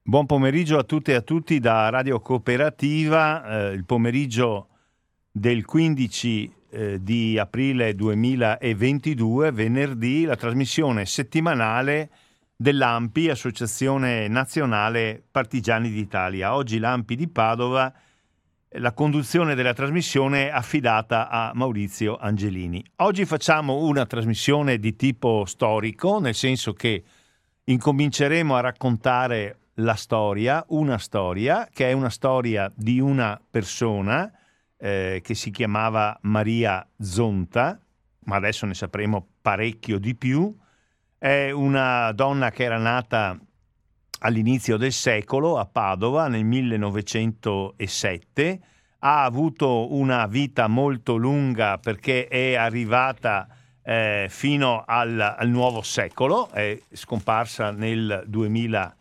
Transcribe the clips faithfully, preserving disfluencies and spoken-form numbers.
Buon pomeriggio a tutte e a tutti da Radio Cooperativa, eh, il pomeriggio del quindici eh, di aprile duemilaventidue, venerdì, la trasmissione settimanale dell'A M P I, Associazione Nazionale Partigiani d'Italia. Oggi l'A M P I di Padova, la conduzione della trasmissione è affidata a Maurizio Angelini. Oggi facciamo una trasmissione di tipo storico, nel senso che incominceremo a raccontare la storia, una storia che è una storia di una persona eh, che si chiamava Maria Zonta, ma adesso ne sapremo parecchio di più. È una donna che era nata all'inizio del secolo a Padova nel millenovecentosette, ha avuto una vita molto lunga perché è arrivata eh, fino al, al nuovo secolo, è scomparsa nel duemilauno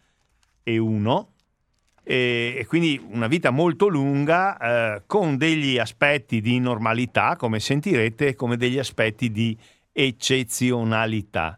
e, e quindi una vita molto lunga eh, con degli aspetti di normalità, come sentirete, come degli aspetti di eccezionalità.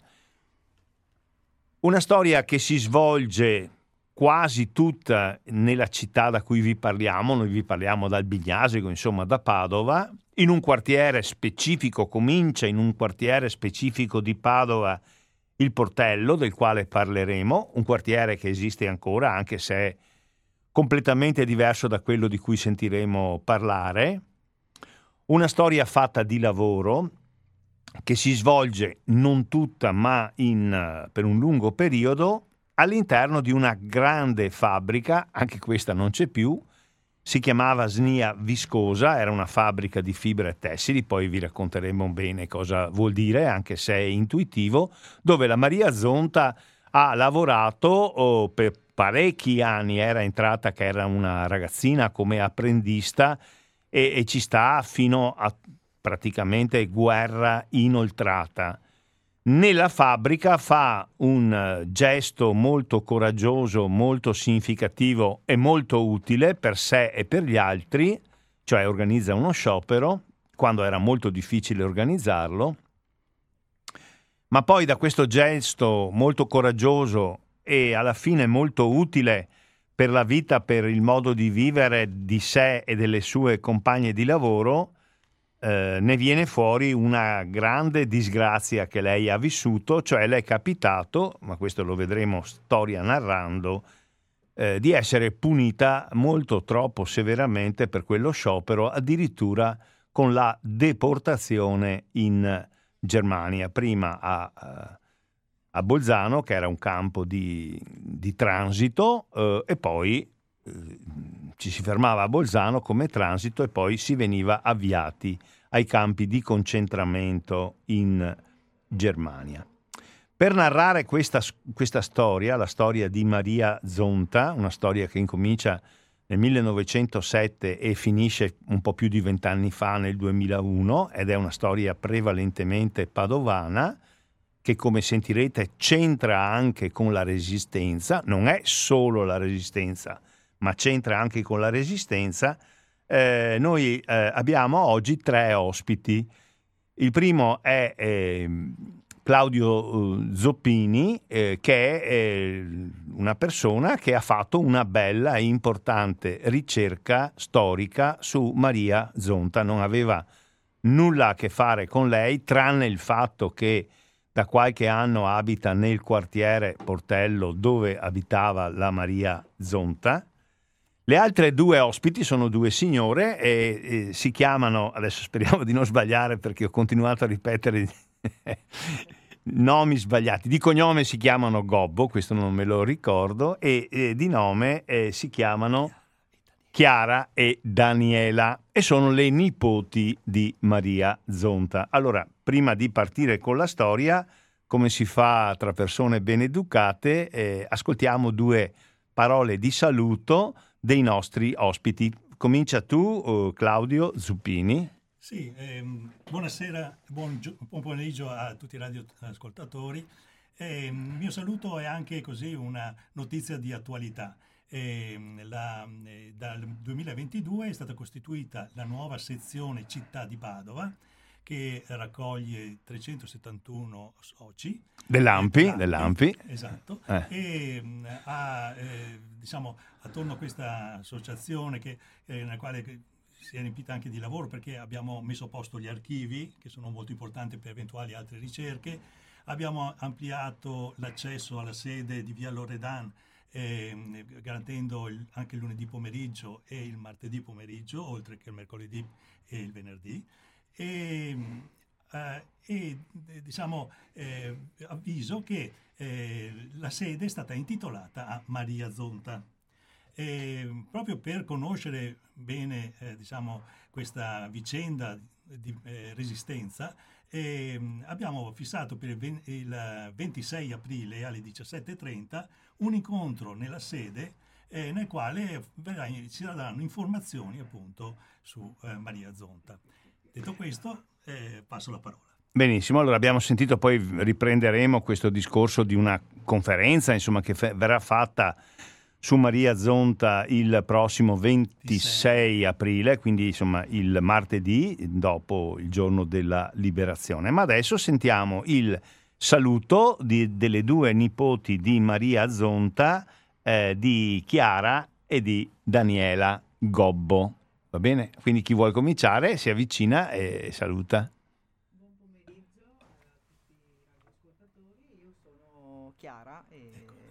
Una storia che si svolge quasi tutta nella città da cui vi parliamo, noi vi parliamo dal Bignasego, insomma da Padova, in un quartiere specifico, comincia in un quartiere specifico di Padova, il Portello, del quale parleremo, un quartiere che esiste ancora, anche se è completamente diverso da quello di cui sentiremo parlare. Una storia fatta di lavoro, che si svolge non tutta ma in, per un lungo periodo all'interno di una grande fabbrica, anche questa non c'è più, si chiamava Snia Viscosa, era una fabbrica di fibre tessili, poi vi racconteremo bene cosa vuol dire, anche se è intuitivo, dove la Maria Zonta ha lavorato oh, per parecchi anni, era entrata che era una ragazzina come apprendista e, e ci sta fino a praticamente guerra inoltrata. Nella fabbrica fa un gesto molto coraggioso, molto significativo e molto utile per sé e per gli altri, cioè organizza uno sciopero, quando era molto difficile organizzarlo, ma poi da questo gesto molto coraggioso e alla fine molto utile per la vita, per il modo di vivere di sé e delle sue compagne di lavoro, Eh, ne viene fuori una grande disgrazia che lei ha vissuto, cioè le è capitato, ma questo lo vedremo storia narrando, eh, di essere punita molto troppo severamente per quello sciopero, addirittura con la deportazione in Germania, prima a, a Bolzano, che era un campo di, di transito, eh, e poi eh, ci si fermava a Bolzano come transito e poi si veniva avviati ai campi di concentramento in Germania. Per narrare questa, questa storia, la storia di Maria Zonta, una storia che incomincia nel millenovecentosette e finisce un po' più di vent'anni fa nel duemilauno, ed è una storia prevalentemente padovana, che come sentirete c'entra anche con la Resistenza, non è solo la Resistenza, ma c'entra anche con la Resistenza. Eh, noi eh, abbiamo oggi tre ospiti. Il primo è eh, Claudio eh, Zoppini, eh, che è eh, una persona che ha fatto una bella e importante ricerca storica su Maria Zonta. Non aveva nulla a che fare con lei, tranne il fatto che da qualche anno abita nel quartiere Portello dove abitava la Maria Zonta. Le altre due ospiti sono due signore e, e si chiamano, adesso speriamo di non sbagliare perché ho continuato a ripetere nomi sbagliati, di cognome si chiamano Gobbo, questo non me lo ricordo, e, e di nome eh, si chiamano Chiara e Daniela e sono le nipoti di Maria Zonta. Allora, prima di partire con la storia, come si fa tra persone ben educate, eh, ascoltiamo due parole di saluto dei nostri ospiti. Comincia tu, uh, Claudio Zuppini. Sì, ehm, buonasera, buon, buon pomeriggio a tutti i radioascoltatori. Eh, il mio saluto è anche così una notizia di attualità. Eh, la, eh, dal duemilaventidue è stata costituita la nuova sezione città di Padova, che raccoglie trecentosettantuno soci dell'A M P I, eh, dell'A M P I. esatto, Eh. e mh, ha eh, diciamo, attorno a questa associazione che, eh, nella quale si è riempita anche di lavoro, perché abbiamo messo a posto gli archivi, che sono molto importanti per eventuali altre ricerche. Abbiamo ampliato l'accesso alla sede di Via Loredan, eh, garantendo il, anche il lunedì pomeriggio e il martedì pomeriggio, oltre che il mercoledì e il venerdì. E, eh, e diciamo, eh, avviso che eh, la sede è stata intitolata a Maria Zonta. E proprio per conoscere bene eh, diciamo, questa vicenda di eh, resistenza, eh, abbiamo fissato per il, ven- il ventisei aprile alle diciassette e trenta un incontro nella sede eh, nel quale verrà, ci daranno informazioni appunto su eh, Maria Zonta. Detto questo, eh, passo la parola. Benissimo, allora abbiamo sentito, poi riprenderemo questo discorso di una conferenza, insomma, che fe- verrà fatta su Maria Zonta il prossimo ventisei aprile, quindi insomma il martedì dopo il giorno della liberazione. Ma adesso sentiamo il saluto di, delle due nipoti di Maria Zonta, eh, di Chiara e di Daniela Gobbo. Va bene? Quindi chi vuole cominciare si avvicina e saluta. Buon pomeriggio a tutti i radioascoltatori. Io sono Chiara e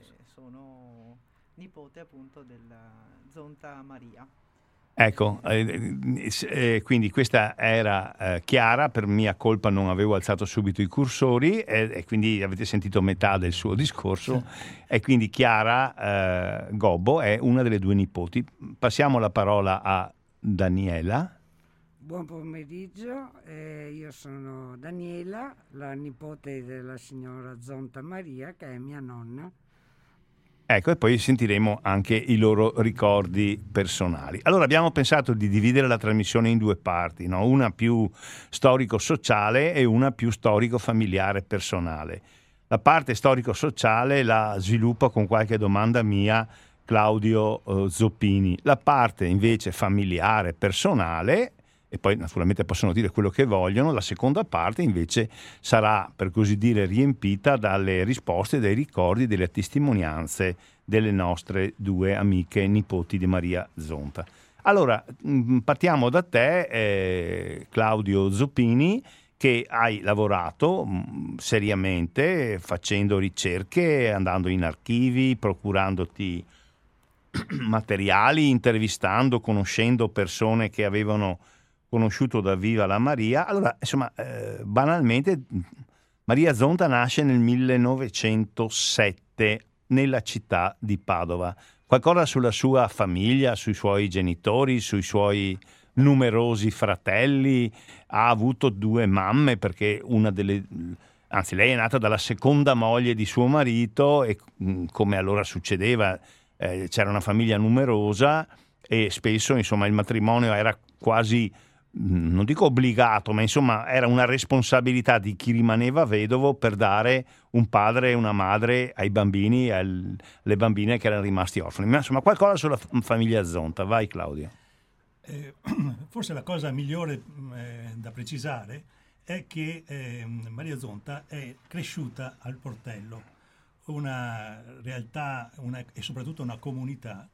sono nipote appunto della Zonta Maria. Ecco, eh, eh, quindi questa era eh, Chiara, per mia colpa non avevo alzato subito i cursori e, e quindi avete sentito metà del suo discorso e quindi Chiara eh, Gobbo è una delle due nipoti. Passiamo la parola a Daniela. Buon pomeriggio, eh, io sono Daniela, la nipote della signora Zonta Maria, che è mia nonna. Ecco, e poi sentiremo anche i loro ricordi personali. Allora abbiamo pensato di dividere la trasmissione in due parti, no? Una più storico-sociale e una più storico-familiare personale. La parte storico-sociale la sviluppa con qualche domanda mia Claudio eh, Zoppini. La parte invece familiare, personale, e poi naturalmente possono dire quello che vogliono, la seconda parte invece sarà, per così dire, riempita dalle risposte, dai ricordi, delle testimonianze delle nostre due amiche nipoti di Maria Zonta. Allora, partiamo da te, eh, Claudio Zoppini, che hai lavorato mh, seriamente, facendo ricerche, andando in archivi, procurandoti materiali, intervistando, conoscendo persone che avevano conosciuto da viva la Maria. Allora, insomma, eh, banalmente, Maria Zonta nasce nel millenovecentosette nella città di Padova. Qualcosa sulla sua famiglia, sui suoi genitori, sui suoi numerosi fratelli? Ha avuto due mamme, perché una delle... anzi, lei è nata dalla seconda moglie di suo marito e, come allora succedeva, eh, c'era una famiglia numerosa e spesso, insomma, il matrimonio era quasi, non dico obbligato, ma insomma era una responsabilità di chi rimaneva vedovo per dare un padre e una madre ai bambini, alle bambine che erano rimasti orfani. Ma insomma qualcosa sulla famiglia Zonta. Vai Claudio. Eh, forse la cosa migliore eh, da precisare è che eh, Maria Zonta è cresciuta al Portello, una realtà una, e soprattutto una comunità,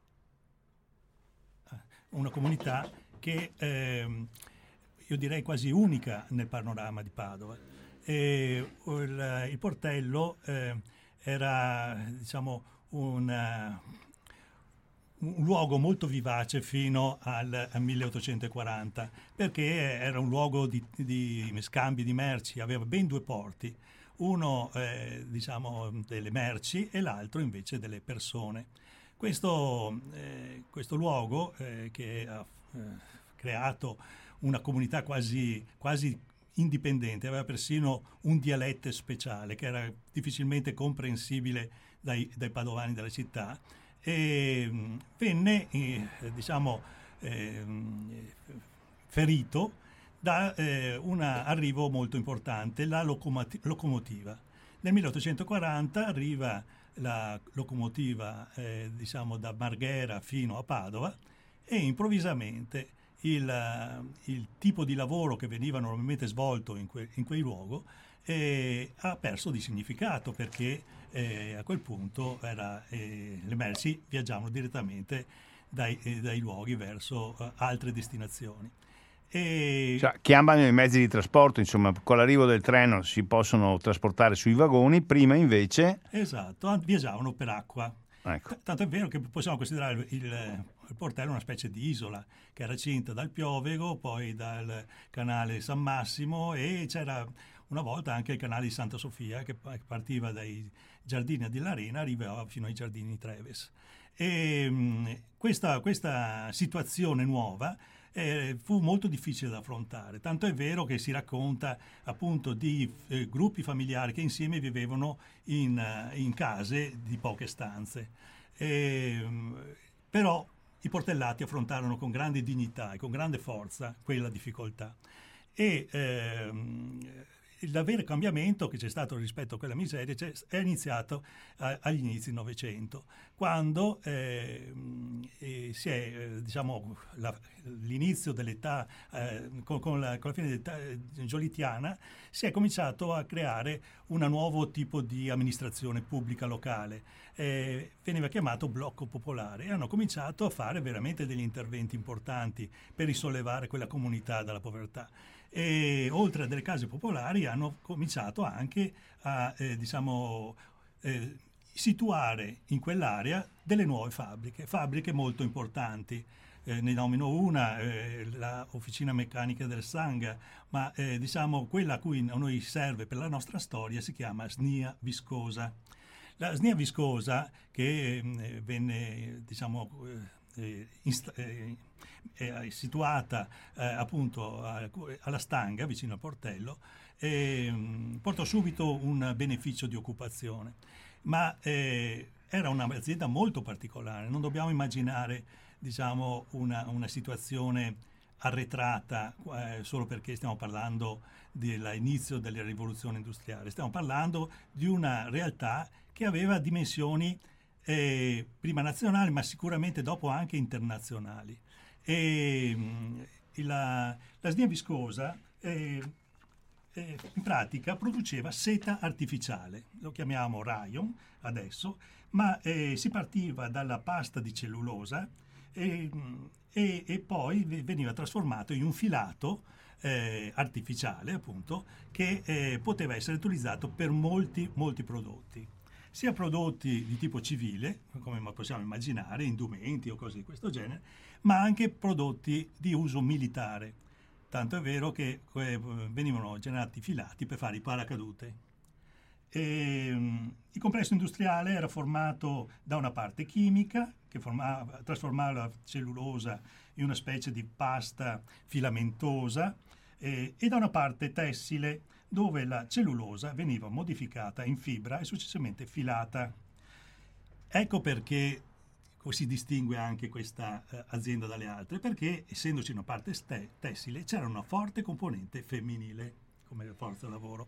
una comunità che eh, io direi quasi unica nel panorama di Padova. E il, il Portello eh, era, diciamo, una, un luogo molto vivace fino al, al milleottocentoquaranta, perché era un luogo di, di scambi di merci, aveva ben due porti, uno eh, diciamo delle merci e l'altro invece delle persone. Questo, eh, questo luogo eh, che ha eh, creato una comunità quasi, quasi indipendente, aveva persino un dialetto speciale che era difficilmente comprensibile dai, dai padovani della città, e mh, venne eh, diciamo eh, ferito da eh, un arrivo molto importante, la locomati- locomotiva. Nel milleottocentoquaranta arriva la locomotiva eh, diciamo da Marghera fino a Padova e improvvisamente il, il tipo di lavoro che veniva normalmente svolto in, que, in quel luogo eh, ha perso di significato, perché eh, a quel punto era, eh, le merci viaggiavano direttamente dai, eh, dai luoghi verso eh, altre destinazioni. E... Cioè, chiamano i mezzi di trasporto, insomma, con l'arrivo del treno si possono trasportare sui vagoni, prima invece... Esatto, viaggiavano per acqua. Ecco. T- tanto è vero che possiamo considerare il, il portello una specie di isola che era cinta dal Piovego, poi dal canale San Massimo, e c'era una volta anche il canale di Santa Sofia che partiva dai giardini dell'Arena, arrivava fino ai giardini Treves. E mh, questa, questa situazione nuova Eh, fu molto difficile da affrontare, tanto è vero che si racconta appunto di eh, gruppi familiari che insieme vivevano in, uh, in case di poche stanze. E, però i portellati affrontarono con grande dignità e con grande forza quella difficoltà. E ehm, il vero cambiamento che c'è stato rispetto a quella miseria è iniziato eh, agli inizi del Novecento, quando eh, eh, si è, eh, diciamo, la, l'inizio dell'età, eh, con, con, la, con la fine dell'età giolitiana, si è cominciato a creare un nuovo tipo di amministrazione pubblica locale. Eh, veniva chiamato blocco popolare, e hanno cominciato a fare veramente degli interventi importanti per risollevare quella comunità dalla povertà. E oltre a delle case popolari hanno cominciato anche a eh, diciamo eh, situare in quell'area delle nuove fabbriche, fabbriche molto importanti. Eh, ne nomino una, eh, la Officina Meccanica del Sanga, ma eh, diciamo quella a cui a noi serve per la nostra storia si chiama S N I A Viscosa. La S N I A Viscosa, che eh, venne diciamo eh, inst- eh, è situata eh, appunto a, alla Stanga, vicino al portello, e mh, portò subito un beneficio di occupazione. Ma eh, era un'azienda molto particolare, non dobbiamo immaginare diciamo una, una situazione arretrata eh, solo perché stiamo parlando dell'inizio della rivoluzione industriale, stiamo parlando di una realtà che aveva dimensioni eh, prima nazionali, ma sicuramente dopo anche internazionali. E la, la S N I A Viscosa eh, eh, in pratica produceva seta artificiale, lo chiamiamo rayon adesso, ma eh, si partiva dalla pasta di cellulosa e, e, e poi veniva trasformato in un filato eh, artificiale, appunto, che eh, poteva essere utilizzato per molti, molti prodotti, sia prodotti di tipo civile, come possiamo immaginare, indumenti o cose di questo genere, ma anche prodotti di uso militare. Tanto è vero che eh, venivano generati filati per fare i paracadute. E, um, il complesso industriale era formato da una parte chimica, che formava, trasformava la cellulosa in una specie di pasta filamentosa, eh, e da una parte tessile, dove la cellulosa veniva modificata in fibra e successivamente filata. Ecco perché si distingue anche questa eh, azienda dalle altre, perché essendoci una parte ste- tessile c'era una forte componente femminile come forza lavoro,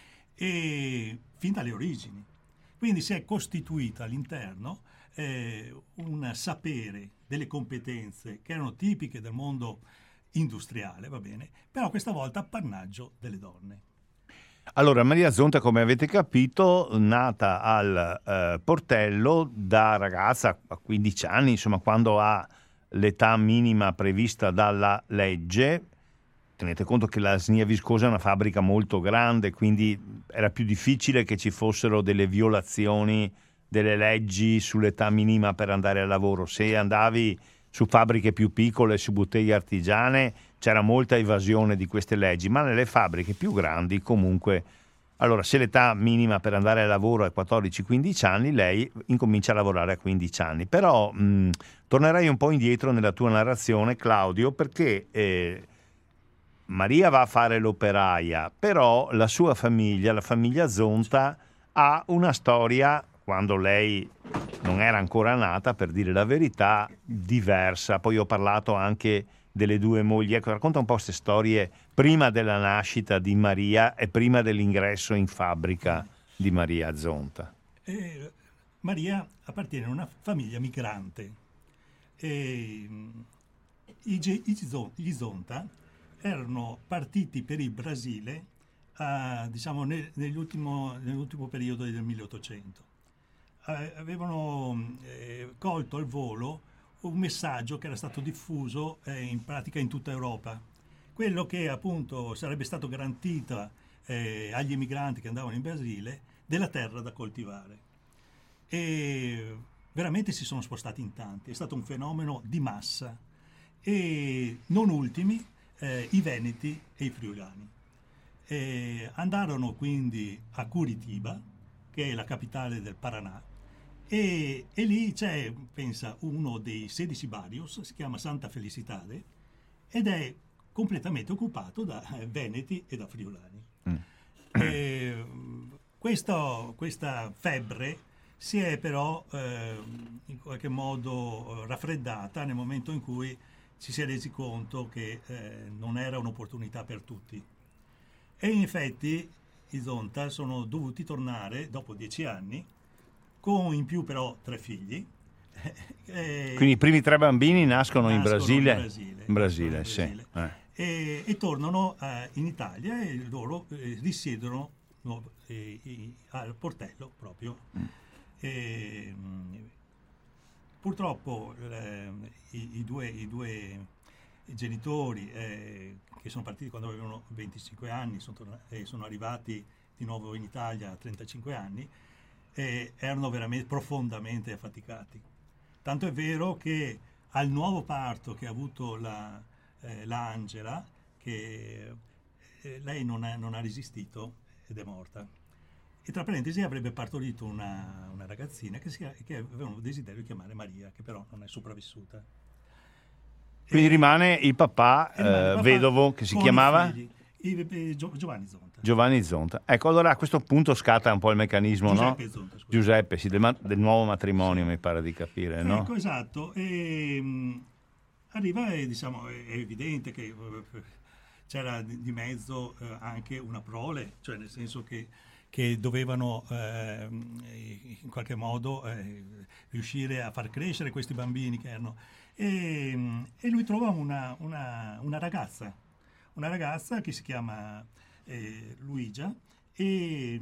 e fin dalle origini. Quindi si è costituita all'interno eh, un sapere, delle competenze che erano tipiche del mondo industriale, va bene, però questa volta appannaggio delle donne. Allora, Maria Zonta, come avete capito, nata al eh, Portello da ragazza a quindici anni, insomma, quando ha l'età minima prevista dalla legge. Tenete conto che la S N I A Viscosa è una fabbrica molto grande, quindi era più difficile che ci fossero delle violazioni delle leggi sull'età minima per andare al lavoro. Se andavi su fabbriche più piccole, su botteghe artigiane, c'era molta evasione di queste leggi, ma nelle fabbriche più grandi comunque, allora se l'età minima per andare al lavoro è quattordici quindici anni, lei incomincia a lavorare a quindici anni. Però mh, tornerei un po' indietro nella tua narrazione, Claudio, perché eh, Maria va a fare l'operaia, però la sua famiglia, la famiglia Zonta, ha una storia, quando lei non era ancora nata, per dire la verità, diversa. Poi ho parlato anche delle due mogli. Ecco, racconta un po' queste storie prima della nascita di Maria e prima dell'ingresso in fabbrica di Maria Zonta. Eh, Maria appartiene a una famiglia migrante. E, i, gli Zonta erano partiti per il Brasile a, diciamo, nel, nell'ultimo, nell'ultimo periodo del milleottocento. Eh, avevano eh, colto al volo un messaggio che era stato diffuso eh, in pratica in tutta Europa, quello che appunto sarebbe stato garantito eh, agli emigranti che andavano in Brasile della terra da coltivare. E veramente si sono spostati in tanti, è stato un fenomeno di massa, e non ultimi eh, i veneti e i friulani. E andarono quindi a Curitiba, che è la capitale del Paranà, e, e lì c'è, pensa, uno dei sedici barrios, si chiama Santa Felicidade, ed è completamente occupato da veneti e da friulani. Mm. E, questo, questa febbre si è però eh, in qualche modo raffreddata nel momento in cui ci si è resi conto che eh, non era un'opportunità per tutti. E in effetti i Zonta sono dovuti tornare dopo dieci anni, con in più però tre figli. E quindi i primi tre bambini nascono, nascono in Brasile? In Brasile, in Brasile, in sì. Brasile. Eh. E, e tornano eh, in Italia e loro eh, risiedono no, eh, eh, al Portello proprio. Mm. E, mh, purtroppo eh, i, i, due, i due genitori eh, che sono partiti quando avevano venticinque anni sono, tornati, eh, sono arrivati di nuovo in Italia a trentacinque anni e erano veramente profondamente affaticati. Tanto è vero che al nuovo parto che ha avuto la, eh, la Angela, che eh, lei non, è, non ha resistito ed è morta. E tra parentesi avrebbe partorito una, una ragazzina che, si, che aveva un desiderio di chiamare Maria, che però non è sopravvissuta. Quindi e, rimane il papà, eh, papà vedovo, che si chiamava? Figli, i, i, Giovanni Zonta. Giovanni Zonta. Ecco, allora a questo punto scatta un po' il meccanismo, Giuseppe no? Zonta, scusa. Giuseppe, sì, del, del nuovo matrimonio, sì. Mi pare di capire, eh, no? Ecco, esatto. E, mh, arriva e diciamo, è, è evidente che c'era di, di mezzo eh, anche una prole, cioè nel senso che che dovevano eh, in qualche modo eh, riuscire a far crescere questi bambini che erano. E, e lui trova una, una, una ragazza, una ragazza che si chiama eh, Luigia, e,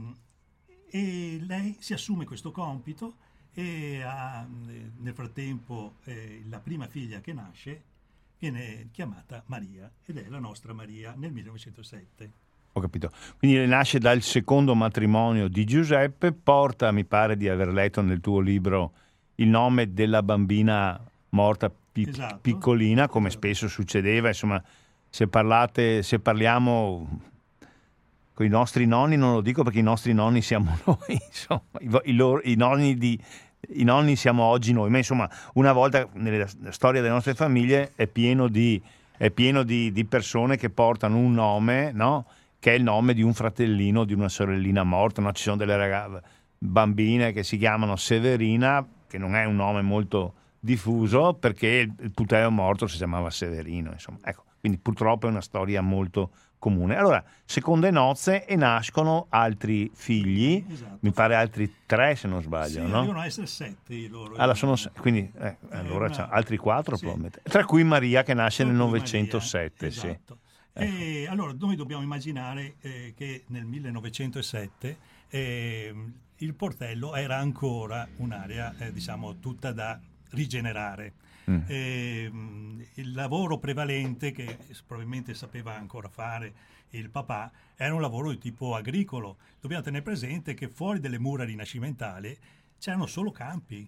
e lei si assume questo compito e ha, nel frattempo eh, la prima figlia che nasce viene chiamata Maria ed è la nostra Maria nel millenovecentosette. Ho capito. Quindi nasce dal secondo matrimonio di Giuseppe, porta, mi pare di aver letto nel tuo libro, il nome della bambina morta pi- esatto. piccolina, come esatto. spesso succedeva. Insomma, se parlate, se parliamo con i nostri nonni, non lo dico perché i nostri nonni siamo noi, insomma, i, i, loro, i nonni di i nonni siamo oggi noi, ma insomma, una volta nella storia delle nostre famiglie è pieno di, è pieno di, di persone che portano un nome, no? Che è il nome di un fratellino, di una sorellina morta, no? Ci sono delle ragazze, bambine che si chiamano Severina, che non è un nome molto diffuso perché il putello morto si chiamava Severino, insomma. Ecco, quindi purtroppo è una storia molto comune. Allora, seconde nozze e nascono altri figli, esatto. Mi pare altri tre se non sbaglio, sì, no? Devono essere sette i loro. Allora, sono, quindi eh, eh, allora una... altri quattro sì. probabilmente. Tra cui Maria che nasce tra nel novecentosette, Maria, sì. Esatto. E ecco. Allora noi dobbiamo immaginare eh, che nel millenovecentosette eh, il Portello era ancora un'area eh, diciamo tutta da rigenerare. Mm. Eh, il lavoro prevalente che probabilmente sapeva ancora fare il papà era un lavoro di tipo agricolo. Dobbiamo tenere presente che fuori delle mura rinascimentali c'erano solo campi.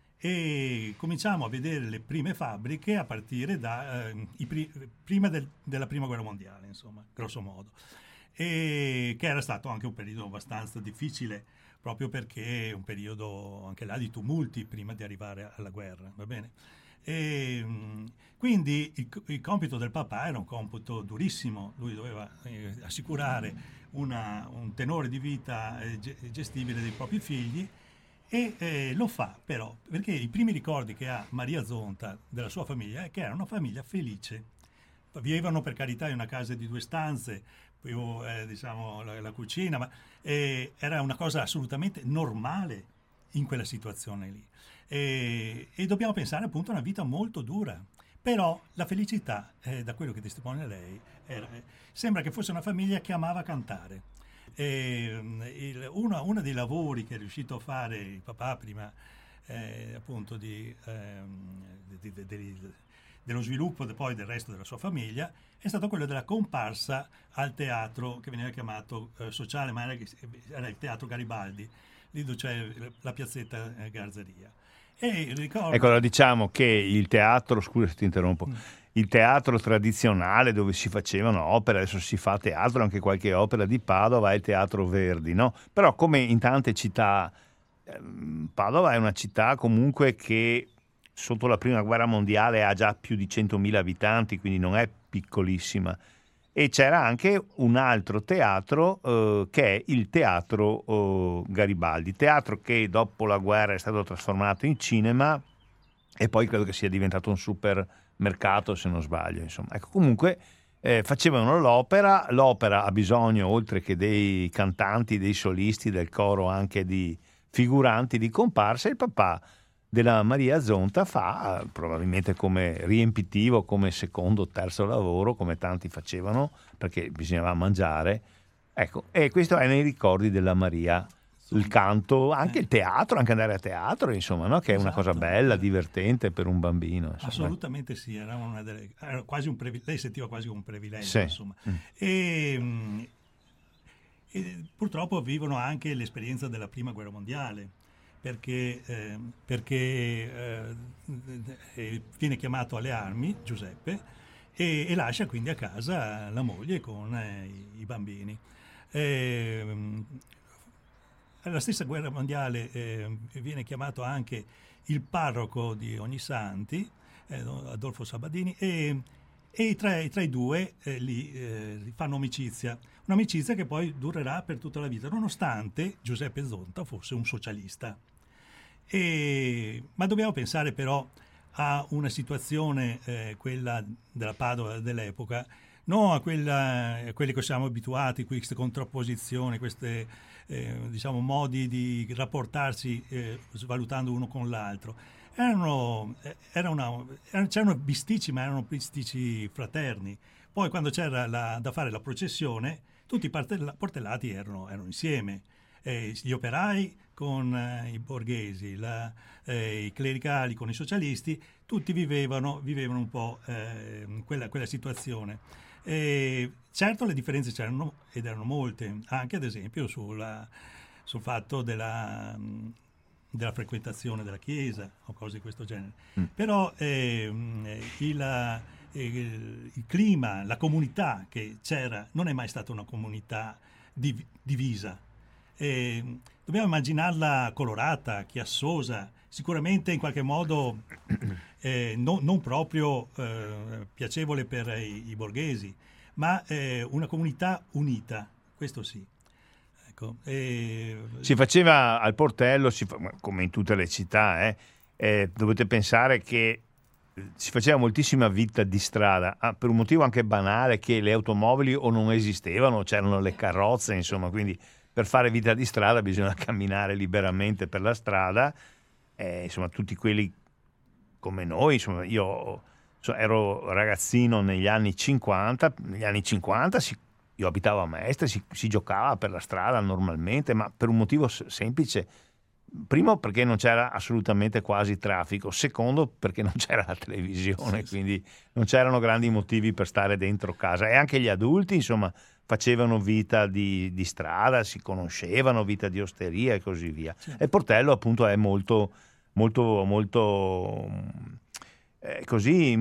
E cominciamo a vedere le prime fabbriche a partire da eh, i pri- prima del, della prima guerra mondiale, insomma, grosso modo, e che era stato anche un periodo abbastanza difficile proprio perché è un periodo anche là di tumulti prima di arrivare alla guerra, va bene? E, quindi il, il compito del papà era un compito durissimo, lui doveva eh, assicurare una, un tenore di vita eh, gestibile dei propri figli. E eh, lo fa però perché i primi ricordi che ha Maria Zonta della sua famiglia è che era una famiglia felice. Vivevano per carità in una casa di due stanze, più eh, diciamo la, la cucina, ma eh, era una cosa assolutamente normale in quella situazione lì. E, e dobbiamo pensare appunto a una vita molto dura. Però la felicità, eh, da quello che testimonia lei, era, eh, sembra che fosse una famiglia che amava cantare. E, il, uno, uno dei lavori che è riuscito a fare il papà prima eh, appunto di, ehm, di, di, di, dello sviluppo de, poi del resto della sua famiglia è stato quello della comparsa al teatro che veniva chiamato eh, sociale, ma era, era il teatro Garibaldi, lì dove c'è la piazzetta eh, Garzeria. E ricordo... Ecco, diciamo che il teatro, scusa se ti interrompo, mm. il teatro tradizionale dove si facevano opere, adesso si fa teatro, anche qualche opera di Padova, è il Teatro Verdi, no? Però come in tante città, Padova è una città comunque che sotto la prima guerra mondiale ha già più di centomila abitanti, quindi non è piccolissima. E c'era anche un altro teatro eh, che è il Teatro eh, Garibaldi, teatro che dopo la guerra è stato trasformato in cinema e poi credo che sia diventato un supermercato, se non sbaglio. Insomma. Ecco, comunque eh, facevano l'opera, l'opera ha bisogno, oltre che dei cantanti, dei solisti, del coro, anche di figuranti, di comparsa. Il papà della Maria Zonta fa, probabilmente come riempitivo, come secondo o terzo lavoro, come tanti facevano, perché bisognava mangiare. Ecco, e questo è nei ricordi della Maria, il canto, anche il teatro, anche andare a teatro, insomma, no? Che è esatto, una cosa bella, divertente per un bambino. Insomma. Assolutamente sì, era, una delle, era quasi un privilegio, lei sentiva quasi un privilegio, sì. insomma. Mm. E, e purtroppo vivono anche l'esperienza della prima guerra mondiale, perché, eh, perché eh, viene chiamato alle armi Giuseppe e, e lascia quindi a casa la moglie con eh, i, i bambini. Eh, alla stessa guerra mondiale eh, viene chiamato anche il parroco di Ognissanti, eh, Adolfo Sabadini, e, e tra, tra i due eh, li eh, fanno amicizia, un'amicizia che poi durerà per tutta la vita, nonostante Giuseppe Zonta fosse un socialista. E, ma dobbiamo pensare però a una situazione, eh, quella della Padova dell'epoca, non a, quella, a quelli che siamo abituati, queste contrapposizioni, questi eh, diciamo, modi di rapportarsi eh, svalutando uno con l'altro. Erano, era una, erano, c'erano bisticci, ma erano bisticci fraterni. Poi quando c'era la, da fare la processione, tutti i portellati erano, erano insieme. Eh, gli operai con eh, i borghesi, la, eh, i clericali con i socialisti, tutti vivevano, vivevano un po' eh, quella, quella situazione. E certo le differenze c'erano ed erano molte, anche ad esempio sulla, sul fatto della, della frequentazione della chiesa o cose di questo genere. Mm. Però eh, il, il, il clima, la comunità che c'era non è mai stata una comunità div- divisa. Eh, dobbiamo immaginarla colorata, chiassosa, sicuramente in qualche modo eh, no, non proprio eh, piacevole per i, i borghesi, ma eh, una comunità unita, questo sì. Ecco, eh, si faceva al portello, si fa, come in tutte le città, eh, eh, dovete pensare che si faceva moltissima vita di strada, ah, per un motivo anche banale, che le automobili o non esistevano, c'erano le carrozze, insomma, quindi per fare vita di strada bisogna camminare liberamente per la strada, eh, insomma tutti quelli come noi, insomma io so, ero ragazzino negli anni cinquanta, negli anni cinquanta si, io abitavo a Mestre, si, si giocava per la strada normalmente, ma per un motivo semplice, primo perché non c'era assolutamente quasi traffico, secondo perché non c'era la televisione, sì, quindi non c'erano grandi motivi per stare dentro casa, e anche gli adulti insomma facevano vita di, di strada, si conoscevano, vita di osteria e così via. Sì. E Portello appunto è molto, molto, molto eh, così,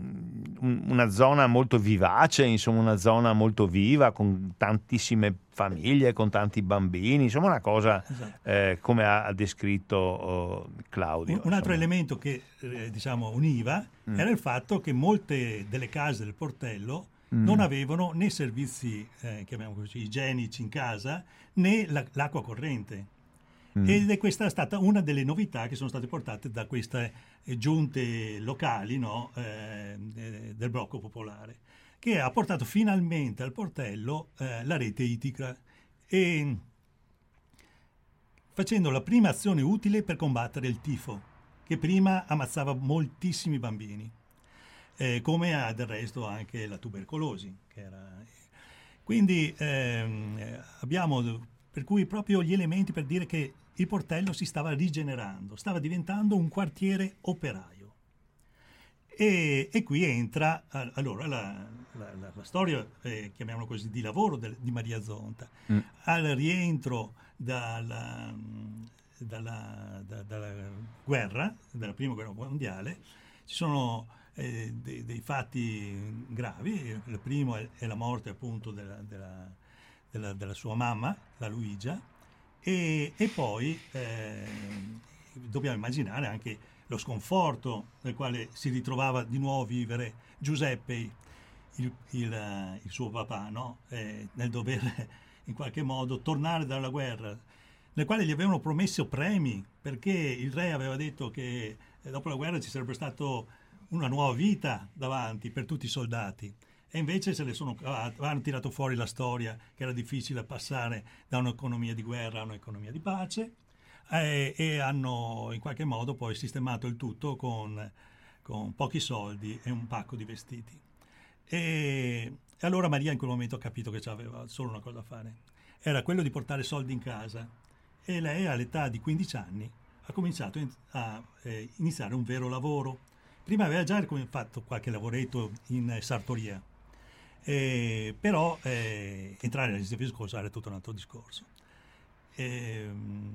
m- una zona molto vivace, insomma una zona molto viva, con tantissime famiglie, con tanti bambini, insomma una cosa esatto. eh, come ha, ha descritto oh, Claudio. Un, un altro elemento che eh, diciamo univa mm. era il fatto che molte delle case del Portello non avevano né servizi eh, chiamiamo così, igienici in casa né la, l'acqua corrente mm. ed è questa stata una delle novità che sono state portate da queste eh, giunte locali, no, eh, del blocco popolare, che ha portato finalmente al Portello eh, la rete idrica, e facendo la prima azione utile per combattere il tifo, che prima ammazzava moltissimi bambini. Eh, come ha del resto anche la tubercolosi, che era, Quindi ehm, abbiamo per cui proprio gli elementi per dire che il Portello si stava rigenerando, stava diventando un quartiere operaio. E, e qui entra allora la, la, la, la storia, eh, chiamiamola così, di lavoro del, di Maria Zonta. Mm. Al rientro dalla, dalla, da, dalla guerra, dalla prima guerra mondiale, ci sono eh, dei, dei fatti gravi. Il primo è, è la morte appunto della, della, della, della sua mamma, la Luigia, e, e poi eh, dobbiamo immaginare anche lo sconforto nel quale si ritrovava di nuovo a vivere Giuseppe, il, il, il suo papà, no? eh, nel dover in qualche modo tornare dalla guerra, nel quale gli avevano promesso premi, perché il re aveva detto che eh, dopo la guerra ci sarebbe stato una nuova vita davanti per tutti i soldati, e invece se le sono, hanno tirato fuori la storia che era difficile passare da un'economia di guerra a un'economia di pace. E, e hanno in qualche modo poi sistemato il tutto con, con pochi soldi e un pacco di vestiti. E, e allora Maria in quel momento ha capito che aveva solo una cosa da fare, era quello di portare soldi in casa, e lei all'età di quindici anni ha cominciato a eh, iniziare un vero lavoro. Prima aveva già fatto qualche lavoretto in sartoria, eh, però eh, entrare nella gestione fiscale era tutto un altro discorso. E,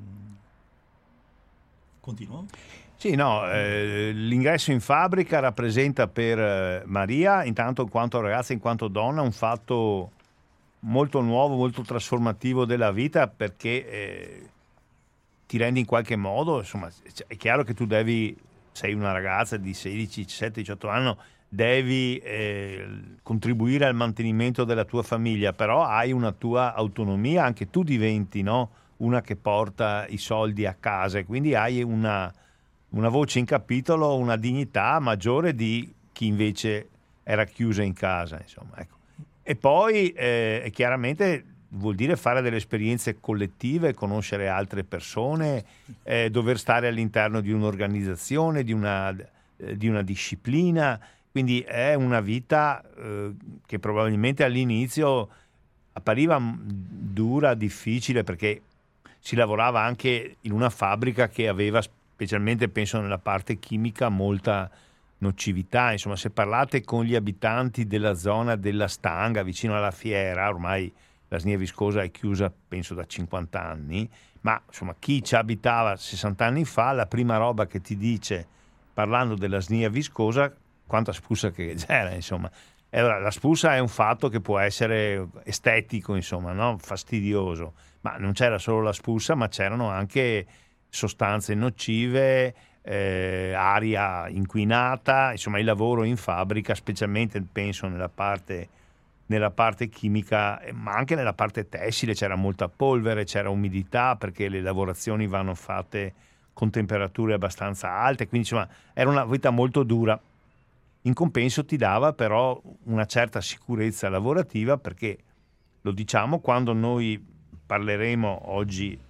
Continuo? Sì, no, eh, l'ingresso in fabbrica rappresenta per eh, Maria, intanto in quanto ragazza, in quanto donna, un fatto molto nuovo, molto trasformativo della vita, perché eh, ti rendi in qualche modo, insomma, è chiaro che tu devi, sei una ragazza di sedici, diciassette, diciotto anni, devi eh, contribuire al mantenimento della tua famiglia, però hai una tua autonomia, anche tu diventi, no? Una che porta i soldi a casa, e quindi hai una, una voce in capitolo, una dignità maggiore di chi invece era chiusa in casa, insomma, ecco. E poi eh, chiaramente vuol dire fare delle esperienze collettive, conoscere altre persone, eh, dover stare all'interno di un'organizzazione, di una, eh, di una disciplina, quindi è una vita eh, che probabilmente all'inizio appariva dura, difficile, perché si lavorava anche in una fabbrica che aveva, specialmente penso nella parte chimica, molta nocività. Insomma, se parlate con gli abitanti della zona della Stanga, vicino alla fiera, ormai la Snia Viscosa è chiusa penso da cinquanta anni, ma insomma chi ci abitava sessanta anni fa, la prima roba che ti dice, parlando della Snia Viscosa, quanta spuzza che c'era, insomma. E allora, la spuzza è un fatto che può essere estetico, insomma, no? Fastidioso, ma non c'era solo la spuzza, ma c'erano anche sostanze nocive, eh, aria inquinata, insomma il lavoro in fabbrica, specialmente penso nella parte, nella parte chimica, ma anche nella parte tessile c'era molta polvere, c'era umidità, perché le lavorazioni vanno fatte con temperature abbastanza alte, quindi insomma era una vita molto dura. In compenso ti dava però una certa sicurezza lavorativa, perché lo diciamo, quando noi parleremo oggi,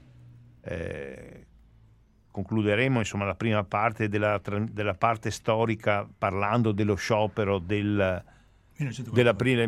eh, concluderemo insomma la prima parte della, della parte storica parlando dello sciopero del, dell'aprile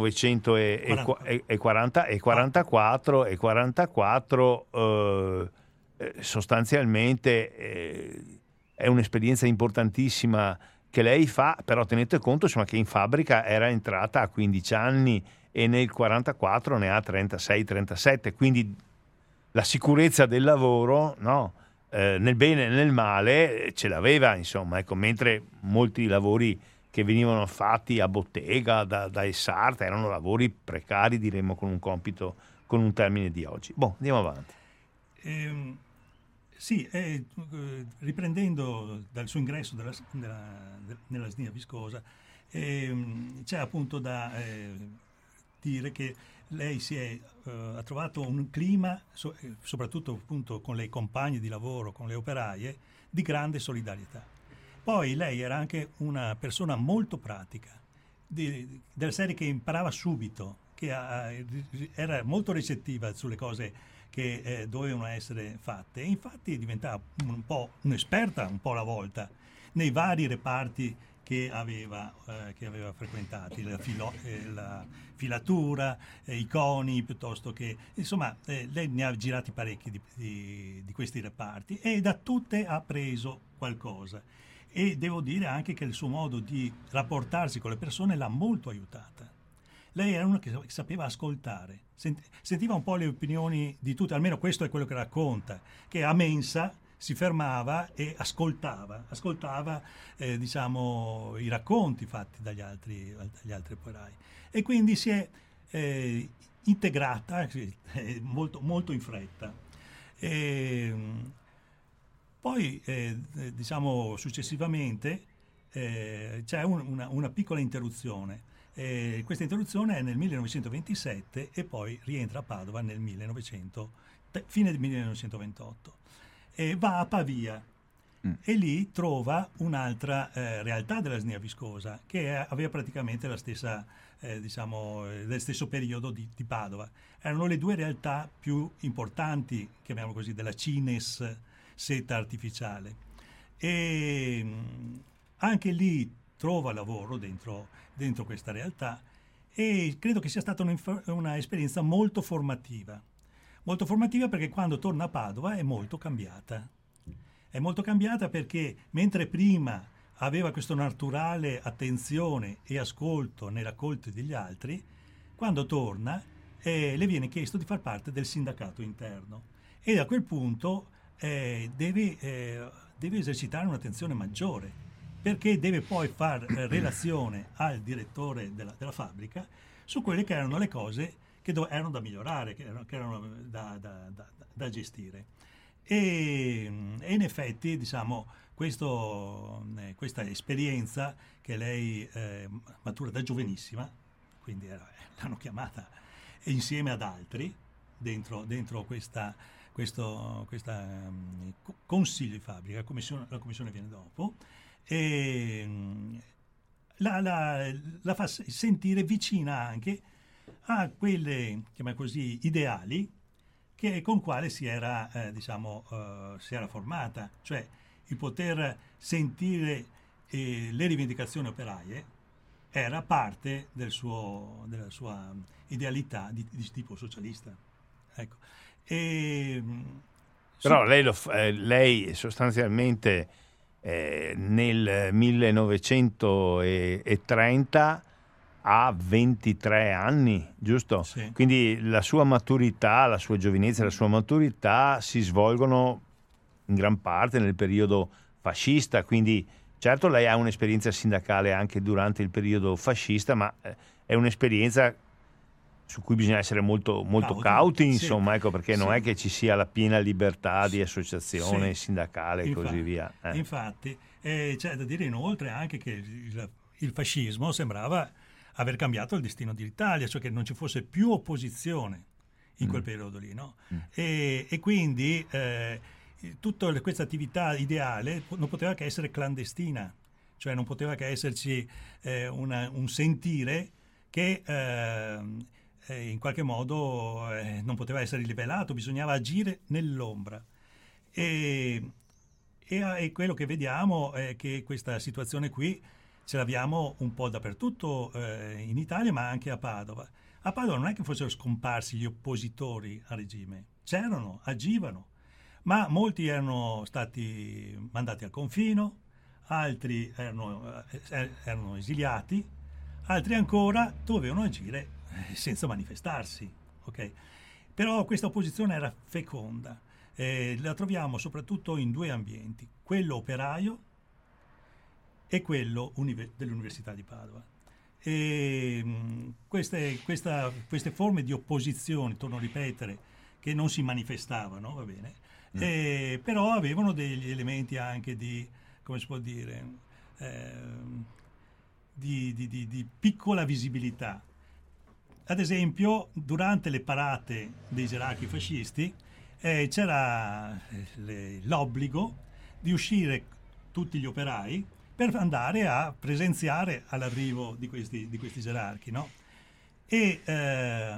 millenovecentoquarantaquattro e quarantaquattro, eh, sostanzialmente eh, è un'esperienza importantissima che lei fa, però tenete conto insomma che in fabbrica era entrata a quindici anni e nel quarantaquattro ne ha trentasei trentasette, quindi la sicurezza del lavoro, no? eh, nel bene e nel male ce l'aveva, insomma, ecco, mentre molti lavori che venivano fatti a bottega da, da Essarta erano lavori precari, diremmo, con un compito, con un termine di oggi. Boh, andiamo avanti. Ehm, sì, eh, riprendendo dal suo ingresso della, della, nella Snia Viscosa, ehm, c'è appunto da eh, dire che lei si è, uh, ha trovato un clima, so, soprattutto appunto con le compagne di lavoro, con le operaie, di grande solidarietà. Poi lei era anche una persona molto pratica, di, della serie che imparava subito, che ha, era molto ricettiva sulle cose che eh, dovevano essere fatte, e infatti diventava un po' un'esperta un po' alla volta nei vari reparti che aveva, eh, che aveva frequentati, la, filo, eh, la filatura, eh, i coni, piuttosto che... Insomma, eh, lei ne ha girati parecchi di, di, di questi reparti e da tutte ha preso qualcosa. E devo dire anche che il suo modo di rapportarsi con le persone l'ha molto aiutata. Lei era una che sapeva ascoltare, sentiva un po' le opinioni di tutti, almeno questo è quello che racconta, che a mensa si fermava e ascoltava, ascoltava eh, diciamo, i racconti fatti dagli altri, dagli altri operai. E quindi si è eh, integrata eh, molto, molto in fretta. E, poi, eh, diciamo, successivamente eh, c'è un, una, una piccola interruzione. Eh, questa interruzione è nel millenovecentoventisette e poi rientra a Padova nel millenovecento, fine del millenovecentoventotto. E va a Pavia mm. e lì trova un'altra eh, realtà della S N I A viscosa che è, aveva praticamente la stessa, eh, diciamo, del stesso periodo di, di Padova. Erano le due realtà più importanti, chiamiamolo così, della Cines seta artificiale. E mh, anche lì trova lavoro dentro, dentro questa realtà e credo che sia stata una esperienza molto formativa. Molto formativa perché quando torna a Padova è molto cambiata. È molto cambiata perché mentre prima aveva questa naturale attenzione e ascolto nei racconti degli altri, quando torna eh, le viene chiesto di far parte del sindacato interno e a quel punto eh, deve, eh, deve esercitare un'attenzione maggiore perché deve poi far eh, relazione al direttore della, della fabbrica su quelle che erano le cose che do- erano da migliorare, che erano, che erano da, da, da, da gestire. E, e in effetti, diciamo, questo, eh, questa esperienza che lei eh, matura da giovanissima, quindi era, l'hanno chiamata insieme ad altri dentro, dentro questa, questo questa, um, consiglio di fabbrica, la commissione, la commissione viene dopo, e la, la, la fa sentire vicina anche a quelle, chiamiamo così, ideali che, con quale si era, eh, diciamo, uh, si era formata, cioè il poter sentire eh, le rivendicazioni operaie era parte del suo, della sua idealità di, di tipo socialista. Ecco. E, Però sì. lei, lo, eh, lei sostanzialmente eh, nel millenovecentotrenta ha ventitré anni, giusto? Sì. Quindi la sua maturità, la sua giovinezza e la sua maturità si svolgono in gran parte nel periodo fascista, quindi certo lei ha un'esperienza sindacale anche durante il periodo fascista, ma è un'esperienza su cui bisogna essere molto, molto cauti, insomma, sì. ecco, perché non sì. è che ci sia la piena libertà di associazione sì. sindacale e infatti, così via. Eh. Infatti, eh, c'è da dire inoltre anche che il, il fascismo sembrava aver cambiato il destino dell'Italia, cioè che non ci fosse più opposizione in quel mm. periodo lì, no? Mm. E, e quindi eh, tutta questa attività ideale non poteva che essere clandestina, cioè non poteva che esserci eh, una, un sentire che eh, in qualche modo eh, non poteva essere rivelato, bisognava agire nell'ombra. E, e, e quello che vediamo è che questa situazione qui ce l'abbiamo un po' dappertutto eh, in Italia, ma anche a Padova. A Padova non è che fossero scomparsi gli oppositori al regime, c'erano, agivano, ma molti erano stati mandati al confino, altri erano, eh, erano esiliati, altri ancora dovevano agire eh, senza manifestarsi. Okay? Però questa opposizione era feconda, eh, la troviamo soprattutto in due ambienti, quello operaio e quello univer- dell'Università di Padova. E, mh, queste, questa, queste forme di opposizione, torno a ripetere, che non si manifestavano, va bene, mm. e, però avevano degli elementi anche di, come si può dire, eh, di, di, di, di piccola visibilità. Ad esempio, durante le parate dei gerarchi fascisti eh, c'era le, l'obbligo di uscire tutti gli operai per andare a presenziare all'arrivo di questi, di questi gerarchi, no? E, eh,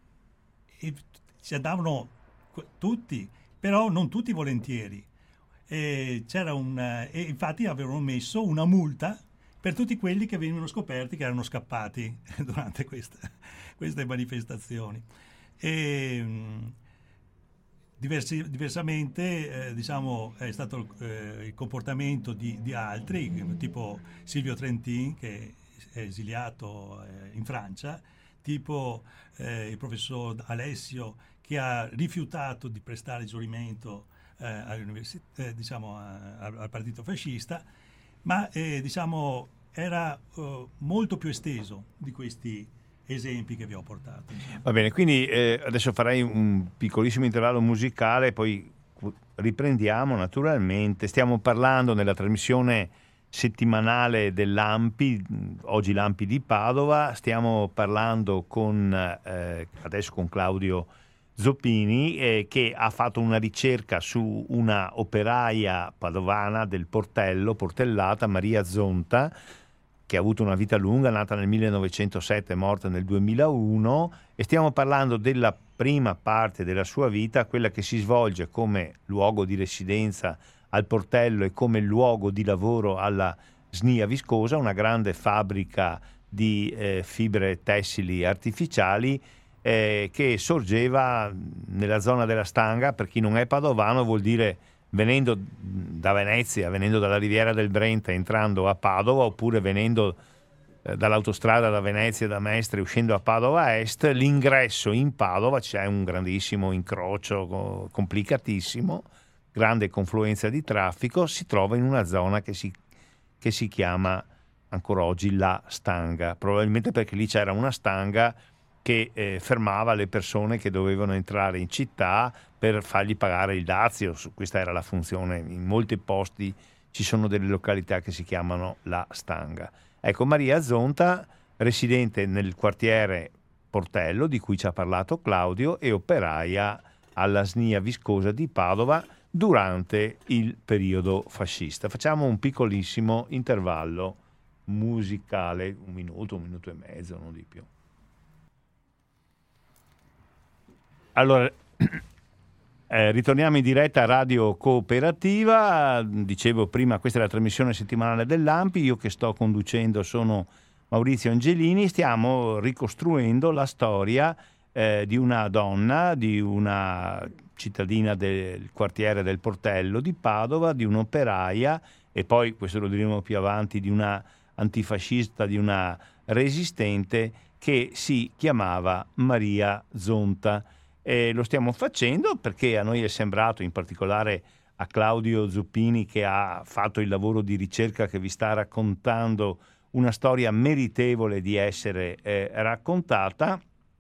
e ci andavano tutti, però non tutti volentieri. E c'era un, e infatti avevano messo una multa per tutti quelli che venivano scoperti che erano scappati durante queste, queste manifestazioni. E, diversi, diversamente eh, diciamo, è stato eh, il comportamento di, di altri, tipo Silvio Trentin, che è esiliato eh, in Francia, tipo eh, il professor Alessio, che ha rifiutato di prestare giuramento eh, all'università, eh, diciamo, a, a, al partito fascista, ma eh, diciamo, era uh, molto più esteso di questi esempi che vi ho portato. Insomma. Va bene, quindi eh, adesso farei un piccolissimo intervallo musicale, poi riprendiamo naturalmente. Stiamo parlando nella trasmissione settimanale dell'Ampi, oggi l'Ampi di Padova, stiamo parlando con eh, adesso con Claudio Zoppini eh, che ha fatto una ricerca su una operaia padovana del Portello, Portellata, Maria Zonta, che ha avuto una vita lunga, nata nel millenovecentosette, morta nel duemilauno, e stiamo parlando della prima parte della sua vita, quella che si svolge come luogo di residenza al Portello e come luogo di lavoro alla Snia Viscosa, una grande fabbrica di eh, fibre tessili artificiali eh, che sorgeva nella zona della Stanga. Per chi non è padovano vuol dire venendo da Venezia, venendo dalla Riviera del Brenta, entrando a Padova, oppure venendo eh, dall'autostrada da Venezia, da Mestre, uscendo a Padova Est, l'ingresso in Padova c'è un grandissimo incrocio co- complicatissimo, grande confluenza di traffico, si trova in una zona che si, che si chiama ancora oggi la Stanga, probabilmente perché lì c'era una stanga che eh, fermava le persone che dovevano entrare in città per fargli pagare il dazio. Questa era la funzione. In molti posti ci sono delle località che si chiamano la Stanga. Ecco, Maria Zonta, residente nel quartiere Portello, di cui ci ha parlato Claudio, e operaia alla Snia Viscosa di Padova durante il periodo fascista. Facciamo un piccolissimo intervallo musicale, un minuto, un minuto e mezzo, non di più. Allora, eh, ritorniamo in diretta a Radio Cooperativa. Dicevo prima, questa è la trasmissione settimanale dell'Ampi. Io che sto conducendo sono Maurizio Angelini. Stiamo ricostruendo la storia eh, di una donna, di una cittadina del quartiere del Portello di Padova, di un'operaia, e poi, questo lo diremo più avanti, di una antifascista, di una resistente che si chiamava Maria Zonta. E lo stiamo facendo perché a noi è sembrato, in particolare a Claudio Zoppini, che ha fatto il lavoro di ricerca che vi sta raccontando, una storia meritevole di essere eh, raccontata.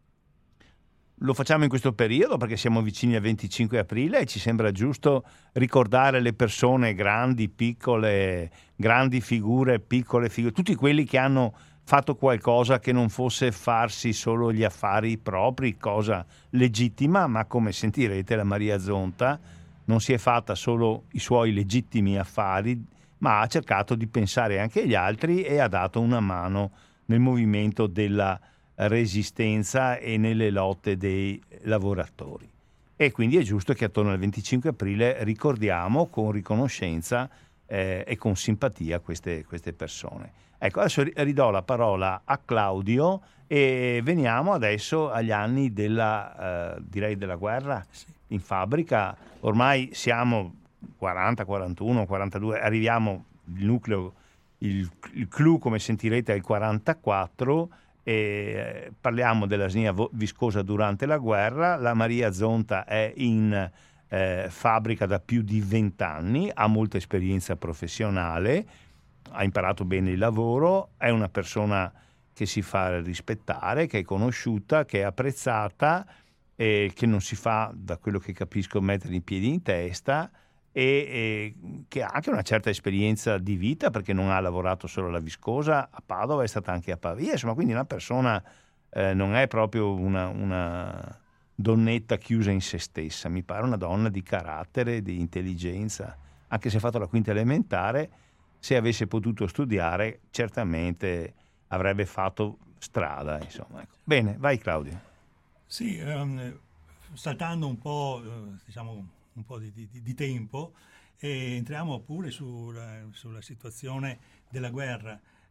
Lo facciamo in questo periodo perché siamo vicini al venticinque aprile e ci sembra giusto ricordare le persone grandi, piccole, grandi figure, piccole figure, tutti quelli che hanno fatto qualcosa che non fosse farsi solo gli affari propri, cosa legittima, ma come sentirete la Maria Zonta non si è fatta solo i suoi legittimi affari, ma ha cercato di pensare anche agli altri e ha dato una mano nel movimento della resistenza e nelle lotte dei lavoratori. E quindi è giusto che attorno al venticinque aprile ricordiamo con riconoscenza eh, e con simpatia queste, queste persone. Ecco, adesso ridò la parola a Claudio e veniamo adesso agli anni della, eh, direi della guerra in fabbrica. Ormai siamo quaranta, quarantuno, quarantadue, arriviamo, il nucleo, il, il clou, come sentirete, è il quarantaquattro, e parliamo della Snia Viscosa durante la guerra. La Maria Zonta è in eh, fabbrica da più di vent'anni, ha molta esperienza professionale, ha imparato bene il lavoro, è una persona che si fa rispettare, che è conosciuta, che è apprezzata e che non si fa, da quello che capisco, mettere i piedi in testa, e, e che ha anche una certa esperienza di vita perché non ha lavorato solo alla Viscosa, a Padova, è stata anche a Pavia, insomma, quindi una persona eh, non è proprio una, una donnetta chiusa in se stessa, mi pare una donna di carattere, di intelligenza, anche se ha fatto la quinta elementare. Se avesse potuto studiare, certamente avrebbe fatto strada, insomma. Ecco. Bene, vai Claudio. Sì, um, saltando un po', uh, diciamo, un po' di, di, di tempo, e entriamo pure sulla, sulla situazione della guerra.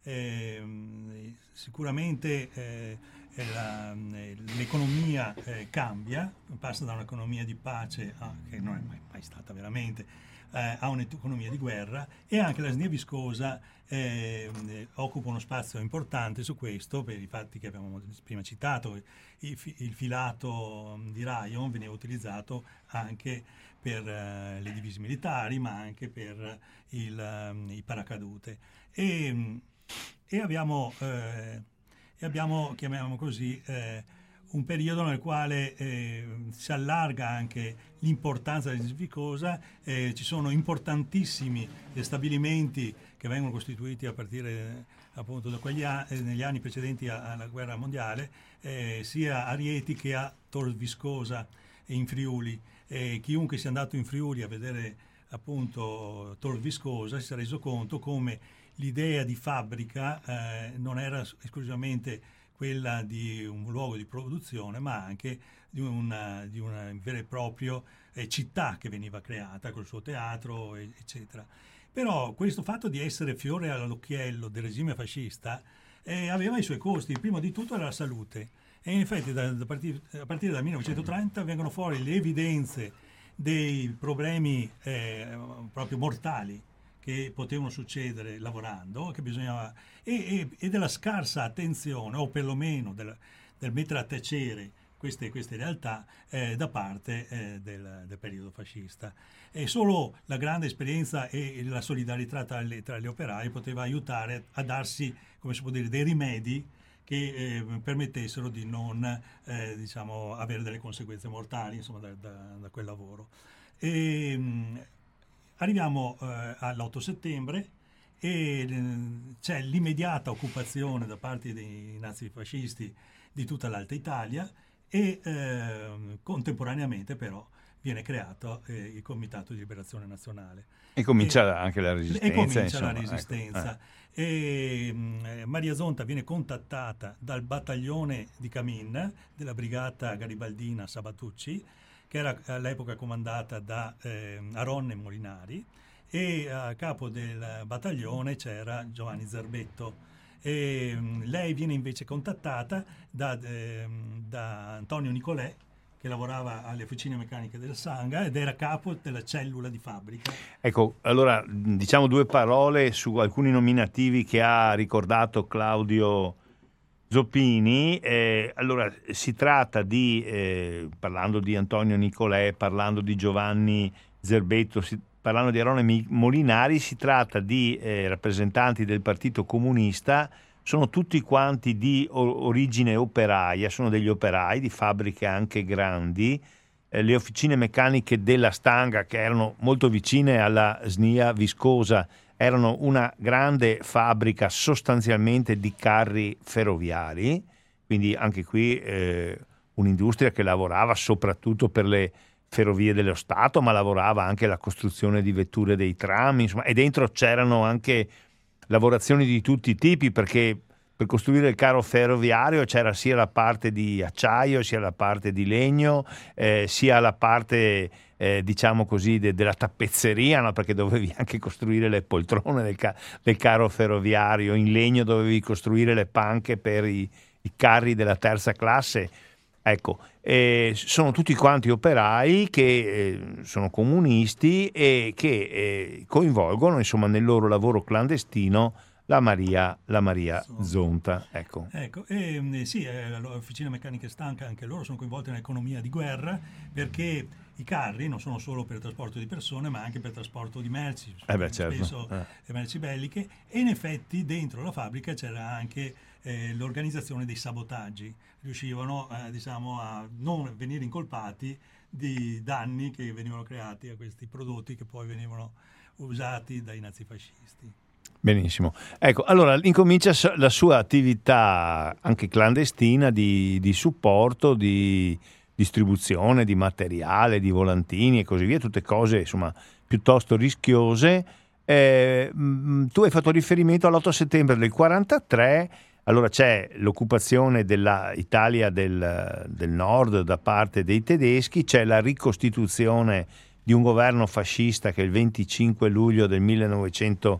eh, sicuramente eh, la, l'economia eh, cambia, passa da un'economia di pace a, che non è mai, mai stata veramente, eh, a un'economia di guerra, e anche la snia viscosa eh, occupa uno spazio importante su questo per i fatti che abbiamo prima citato. Il, il filato di rayon veniva utilizzato anche per eh, le divise militari, ma anche per il, um, i paracadute, e, e abbiamo eh, e abbiamo, chiamiamolo così, eh, un periodo nel quale eh, si allarga anche l'importanza della snia viscosa. Eh, ci sono importantissimi stabilimenti che vengono costituiti a partire appunto da quegli anni, eh, negli anni precedenti alla guerra mondiale, eh, sia a Rieti che a Tor Viscosa in Friuli. E chiunque sia andato in Friuli a vedere appunto Tor Viscosa si è reso conto come l'idea di fabbrica eh, non era esclusivamente quella di un luogo di produzione, ma anche di una, di una vera e propria eh, città che veniva creata col suo teatro, eccetera. Però questo fatto di essere fiore all'occhiello del regime fascista eh, aveva i suoi costi. Prima di tutto era la salute, e in effetti da, da partire, a partire dal millenovecentotrenta vengono fuori le evidenze dei problemi eh, proprio mortali che potevano succedere lavorando, che bisognava, e, e, e della scarsa attenzione, o perlomeno del, del mettere a tacere queste, queste realtà eh, da parte eh, del, del periodo fascista. E solo la grande esperienza e la solidarietà tra le, tra gli operai poteva aiutare a darsi, come si può dire, dei rimedi che eh, permettessero di non eh, diciamo, avere delle conseguenze mortali, insomma, da, da, da quel lavoro. E, mh, arriviamo eh, all'otto settembre e eh, c'è l'immediata occupazione da parte dei nazifascisti di tutta l'Alta Italia, e eh, contemporaneamente però viene creato eh, il Comitato di Liberazione Nazionale. E comincia e, anche la resistenza. E comincia insomma, la resistenza. Ecco. Eh. E mh, Maria Zonta viene contattata dal battaglione di Camin della brigata garibaldina Sabatucci, che era all'epoca comandata da eh, Aronne Molinari, e a capo del battaglione c'era Giovanni Zerbetto. E, mh, lei viene invece contattata da, eh, da Antonio Nicolè, che lavorava alle officine meccaniche del Sangha ed era capo della cellula di fabbrica. Ecco, allora diciamo due parole su alcuni nominativi che ha ricordato Claudio Zoppini. Eh, allora si tratta di, eh, parlando di Antonio Nicolè, parlando di Giovanni Zerbetto, si, parlando di Aronne Molinari, si tratta di eh, rappresentanti del Partito Comunista. Sono tutti quanti di origine operaia, sono degli operai di fabbriche anche grandi. Eh, le officine meccaniche della Stanga, che erano molto vicine alla snia viscosa, erano una grande fabbrica sostanzialmente di carri ferroviari, quindi anche qui eh, un'industria che lavorava soprattutto per le ferrovie dello Stato, ma lavorava anche alla costruzione di vetture dei tram, insomma, e dentro c'erano anche lavorazioni di tutti i tipi, perché per costruire il carro ferroviario c'era sia la parte di acciaio, sia la parte di legno, eh, sia la parte eh, diciamo così de- della tappezzeria, no? Perché dovevi anche costruire le poltrone del, ca- del carro ferroviario, in legno dovevi costruire le panche per i, i carri della terza classe. Ecco, eh, sono tutti quanti operai che eh, sono comunisti e che eh, coinvolgono, insomma, nel loro lavoro clandestino la Maria, la Maria Zonta. Ecco, ecco e, sì, eh, l'Officina Meccanica Stanca, anche loro sono coinvolti nell'economia di guerra, perché i carri non sono solo per il trasporto di persone, ma anche per il trasporto di merci, eh beh, certo. spesso eh. merci belliche, e in effetti dentro la fabbrica c'era anche eh, l'organizzazione dei sabotaggi. Riuscivano eh, diciamo, a non venire incolpati di danni che venivano creati a questi prodotti che poi venivano usati dai nazifascisti. Benissimo. Ecco, allora incomincia la sua attività anche clandestina di, di supporto, di distribuzione di materiale, di volantini e così via, tutte cose insomma piuttosto rischiose. Eh, mh, tu hai fatto riferimento all'otto settembre del quarantatré. Allora c'è l'occupazione dell'Italia del, del nord da parte dei tedeschi, c'è la ricostituzione di un governo fascista che il venticinque luglio del millenovecentoquarantatré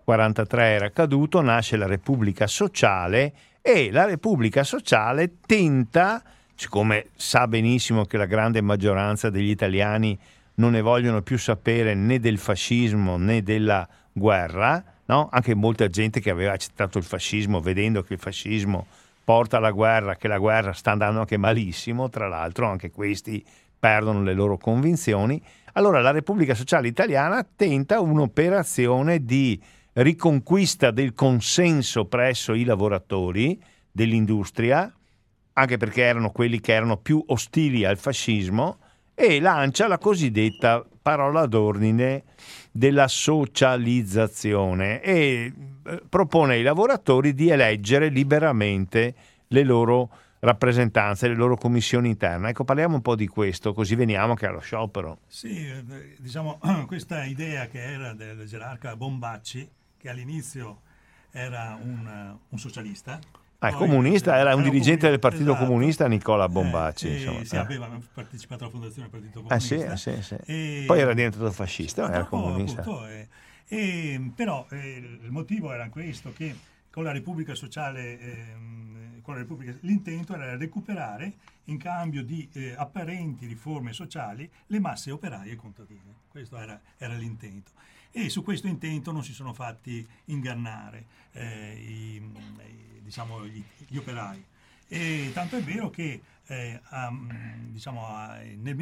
quarantatré era caduto, nasce la Repubblica Sociale e la Repubblica Sociale tenta, siccome sa benissimo che la grande maggioranza degli italiani non ne vogliono più sapere né del fascismo né della guerra, no? Anche molta gente che aveva accettato il fascismo vedendo che il fascismo porta alla guerra, che la guerra sta andando anche malissimo, tra l'altro anche questi perdono le loro convinzioni. Allora la Repubblica Sociale Italiana tenta un'operazione di riconquista del consenso presso i lavoratori dell'industria, anche perché erano quelli che erano più ostili al fascismo, e lancia la cosiddetta parola d'ordine della socializzazione e propone ai lavoratori di eleggere liberamente le loro rappresentanze, le loro commissioni interne. Ecco, parliamo un po' di questo, così veniamo che allo sciopero. Sì, diciamo, questa idea che era del gerarca Bombacci, che all'inizio era un, un socialista. Ah, il comunista, era un dirigente del Partito esatto. Comunista, Nicola Bombacci. Eh, insomma. sì, eh. aveva partecipato alla fondazione del Partito Ah, sì, Comunista. sì, sì. E... Poi era diventato fascista, ma era dopo, comunista. Appunto, eh, e, però eh, il motivo era questo, che con la Repubblica Sociale, eh, con la Repubblica, l'intento era recuperare, in cambio di eh, apparenti riforme sociali, le masse operaie e contadine. Questo era, era l'intento. E su questo intento non si sono fatti ingannare eh, i, i, diciamo, gli, gli operai. E tanto è vero che eh, um, diciamo, nel,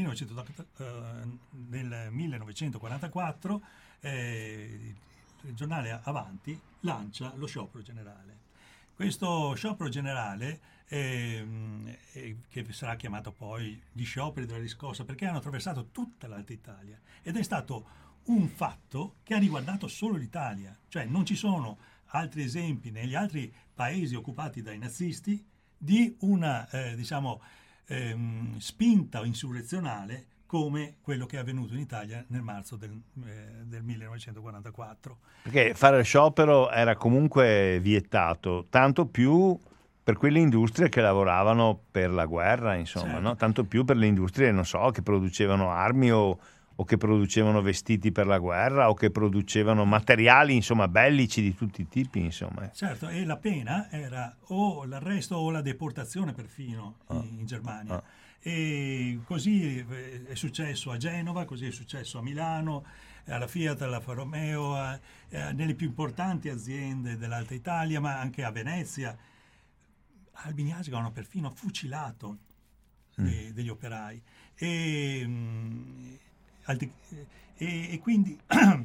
nel millenovecentoquarantaquattro eh, il giornale Avanti lancia lo sciopero generale. Questo sciopero generale, eh, eh, che sarà chiamato poi gli scioperi della riscossa, perché hanno attraversato tutta l'Alta Italia ed è stato un fatto che ha riguardato solo l'Italia, cioè non ci sono altri esempi negli altri paesi occupati dai nazisti di una eh, diciamo ehm, spinta insurrezionale come quello che è avvenuto in Italia nel marzo del, eh, del millenovecentoquarantaquattro. Perché fare sciopero era comunque vietato, tanto più per quelle industrie che lavoravano per la guerra, insomma, certo. No? Tanto più per le industrie, non so, che producevano armi o, o che producevano vestiti per la guerra o che producevano materiali, insomma, bellici di tutti i tipi, insomma. Certo, e la pena era o l'arresto o la deportazione perfino ah. in, in Germania. Ah. E così è successo a Genova, così è successo a Milano, alla Fiat, alla Alfa Romeo, a, a, nelle più importanti aziende dell'Alta Italia, ma anche a Venezia. Albiniazzi hanno perfino fucilato mm. de, degli operai. E, e, e quindi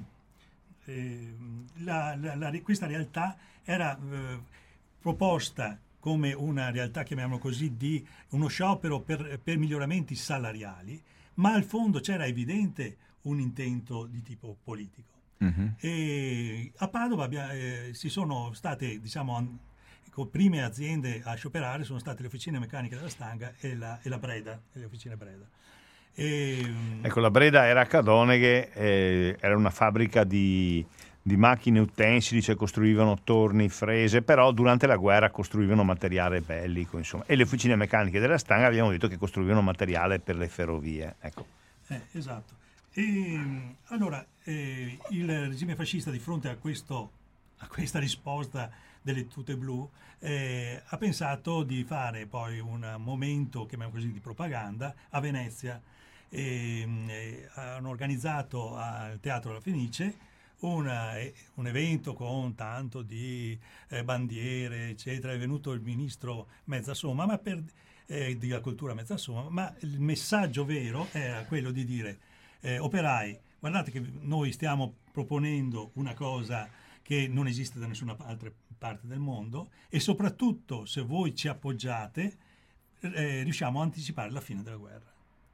eh, la, la, la, questa realtà era eh, proposta come una realtà, chiamiamolo così, di uno sciopero per, per miglioramenti salariali, ma al fondo c'era evidente un intento di tipo politico. Uh-huh. E a Padova abbia, eh, si sono state, diciamo, con prime aziende a scioperare sono state le officine meccaniche della Stanga e la, e la Breda, e le officine Breda. E, ecco, la Breda era a Cadoneghe, eh, era una fabbrica di... di macchine utensili, cioè costruivano torni, frese, però durante la guerra costruivano materiale bellico, insomma. E le officine meccaniche della Stanga abbiamo detto che costruivano materiale per le ferrovie, ecco. Eh, esatto. E allora eh, il regime fascista, di fronte a, questo, a questa risposta delle tute blu, eh, ha pensato di fare poi un momento, chiamiamo così, di propaganda a Venezia. E, eh, hanno organizzato al Teatro La Fenice Una, un evento con tanto di eh, bandiere, eccetera. È venuto il ministro Mezzasomma, ma per, eh, di cultura Mezzasomma, ma il messaggio vero era quello di dire eh, operai, guardate che noi stiamo proponendo una cosa che non esiste da nessuna altra parte del mondo e soprattutto se voi ci appoggiate eh, riusciamo a anticipare la fine della guerra.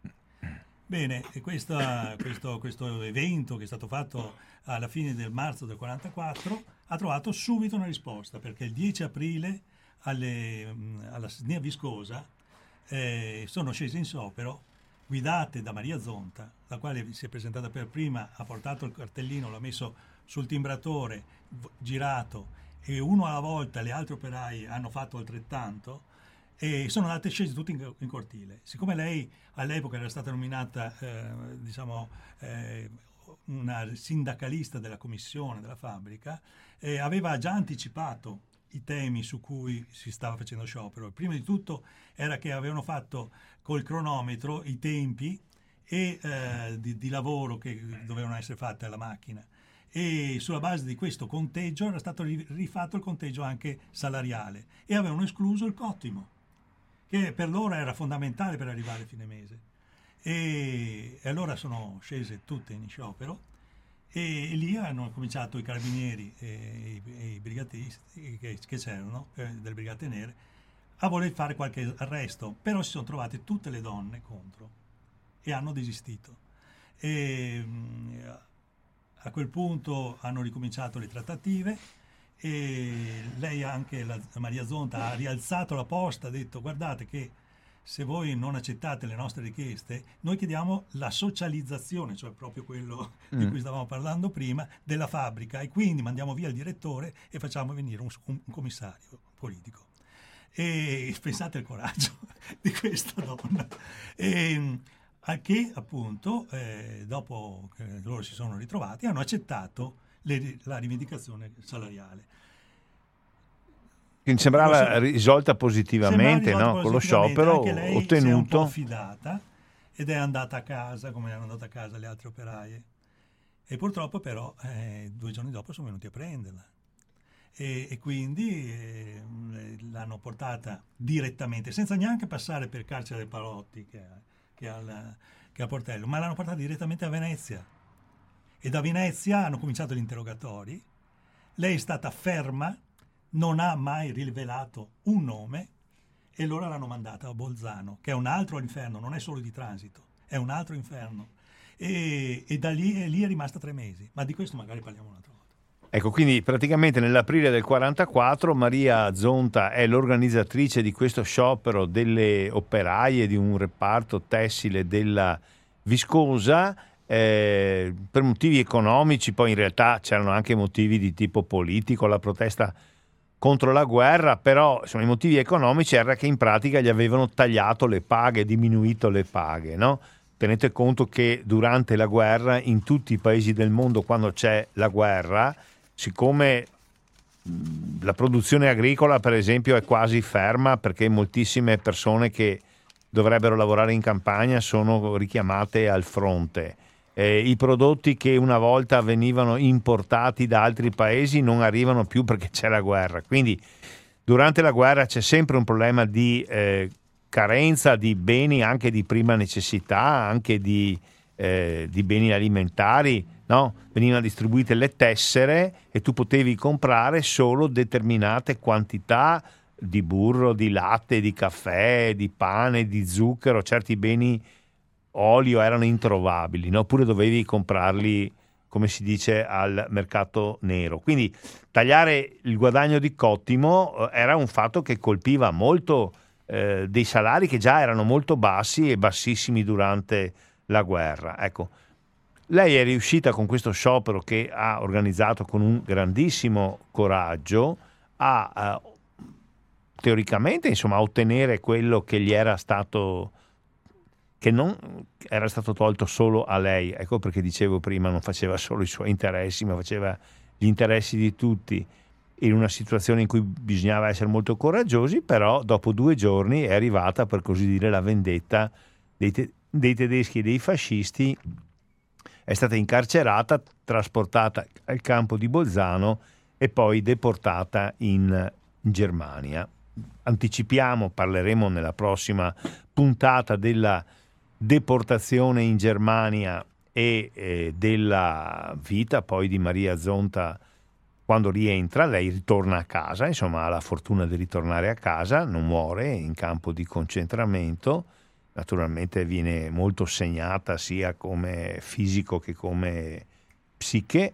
Bene, e questa, questo, questo evento che è stato fatto alla fine del marzo del quarantaquattro ha trovato subito una risposta, perché il dieci aprile alle, alla Snea Viscosa eh, sono scese in sciopero, guidate da Maria Zonta, la quale si è presentata per prima, ha portato il cartellino, l'ha messo sul timbratore, girato, e uno alla volta gli altri operai hanno fatto altrettanto, e sono andate scese tutte in, in cortile. Siccome lei all'epoca era stata nominata eh, diciamo eh, una sindacalista della commissione della fabbrica, eh, aveva già anticipato i temi su cui si stava facendo sciopero. Prima di tutto era che avevano fatto col cronometro i tempi e, eh, di, di lavoro che dovevano essere fatte alla macchina, e sulla base di questo conteggio era stato rifatto il conteggio anche salariale, e avevano escluso il cottimo, che per loro era fondamentale per arrivare a fine mese. E, e allora sono scese tutte in sciopero, e, e lì hanno cominciato i carabinieri e i, e i brigatisti che, che c'erano, eh, delle brigate nere, a voler fare qualche arresto, però si sono trovate tutte le donne contro e hanno desistito. E, mh, a quel punto hanno ricominciato le trattative, e lei, anche la Maria Zonta, ha rialzato la posta, ha detto: guardate che se voi non accettate le nostre richieste, noi chiediamo la socializzazione, cioè proprio quello mm. di cui stavamo parlando prima, della fabbrica, e quindi mandiamo via il direttore e facciamo venire un, un commissario politico. E pensate al coraggio di questa donna. E, a che appunto, eh, dopo che loro si sono ritrovati, hanno accettato le, la rivendicazione salariale. Che mi sembrava risolta positivamente, risolta no? Con lo positivamente, sciopero anche lei ottenuto. si è un po' fidata ed è andata a casa come erano andate a casa le altre operaie, e purtroppo però eh, due giorni dopo sono venuti a prenderla, e, e quindi eh, l'hanno portata direttamente, senza neanche passare per carcere Palotti che, che, al, che al Portello, ma l'hanno portata direttamente a Venezia, e da Venezia hanno cominciato gli interrogatori. Lei è stata ferma, non ha mai rivelato un nome, e loro l'hanno mandata a Bolzano, che è un altro inferno, non è solo di transito, è un altro inferno, e, e da lì, e lì è rimasta tre mesi, ma di questo magari parliamo un'altra volta. Ecco, quindi praticamente nell'aprile del quarantaquattro Maria Zonta è l'organizzatrice di questo sciopero delle operaie di un reparto tessile della viscosa, eh, per motivi economici. Poi in realtà c'erano anche motivi di tipo politico, la protesta contro la guerra, però insomma, i motivi economici era che in pratica gli avevano tagliato le paghe, diminuito le paghe, no? Tenete conto che durante la guerra in tutti i paesi del mondo, quando c'è la guerra, siccome la produzione agricola per esempio è quasi ferma, perché moltissime persone che dovrebbero lavorare in campagna sono richiamate al fronte, Eh, i prodotti che una volta venivano importati da altri paesi non arrivano più perché c'è la guerra. Quindi durante la guerra c'è sempre un problema di eh, carenza di beni anche di prima necessità, anche di, eh, di beni alimentari, no? Venivano distribuite le tessere e tu potevi comprare solo determinate quantità di burro, di latte, di caffè, di pane, di zucchero, certi beni, olio, erano introvabili, no? Oppure dovevi comprarli, come si dice, al mercato nero. Quindi tagliare il guadagno di Cottimo eh, era un fatto che colpiva molto eh, dei salari che già erano molto bassi e bassissimi durante la guerra. Ecco, lei è riuscita con questo sciopero che ha organizzato con un grandissimo coraggio a, eh, teoricamente, insomma, a ottenere quello che gli era stato che non era stato tolto solo a lei. Ecco perché dicevo prima, non faceva solo i suoi interessi, ma faceva gli interessi di tutti, in una situazione in cui bisognava essere molto coraggiosi. Però dopo due giorni è arrivata, per così dire, la vendetta dei, te- dei tedeschi e dei fascisti. È stata incarcerata, trasportata al campo di Bolzano e poi deportata in Germania. Anticipiamo, parleremo nella prossima puntata della deportazione in Germania e eh, della vita poi di Maria Zonta quando rientra. Lei ritorna a casa, insomma ha la fortuna di ritornare a casa, non muore in campo di concentramento, naturalmente viene molto segnata sia come fisico che come psiche,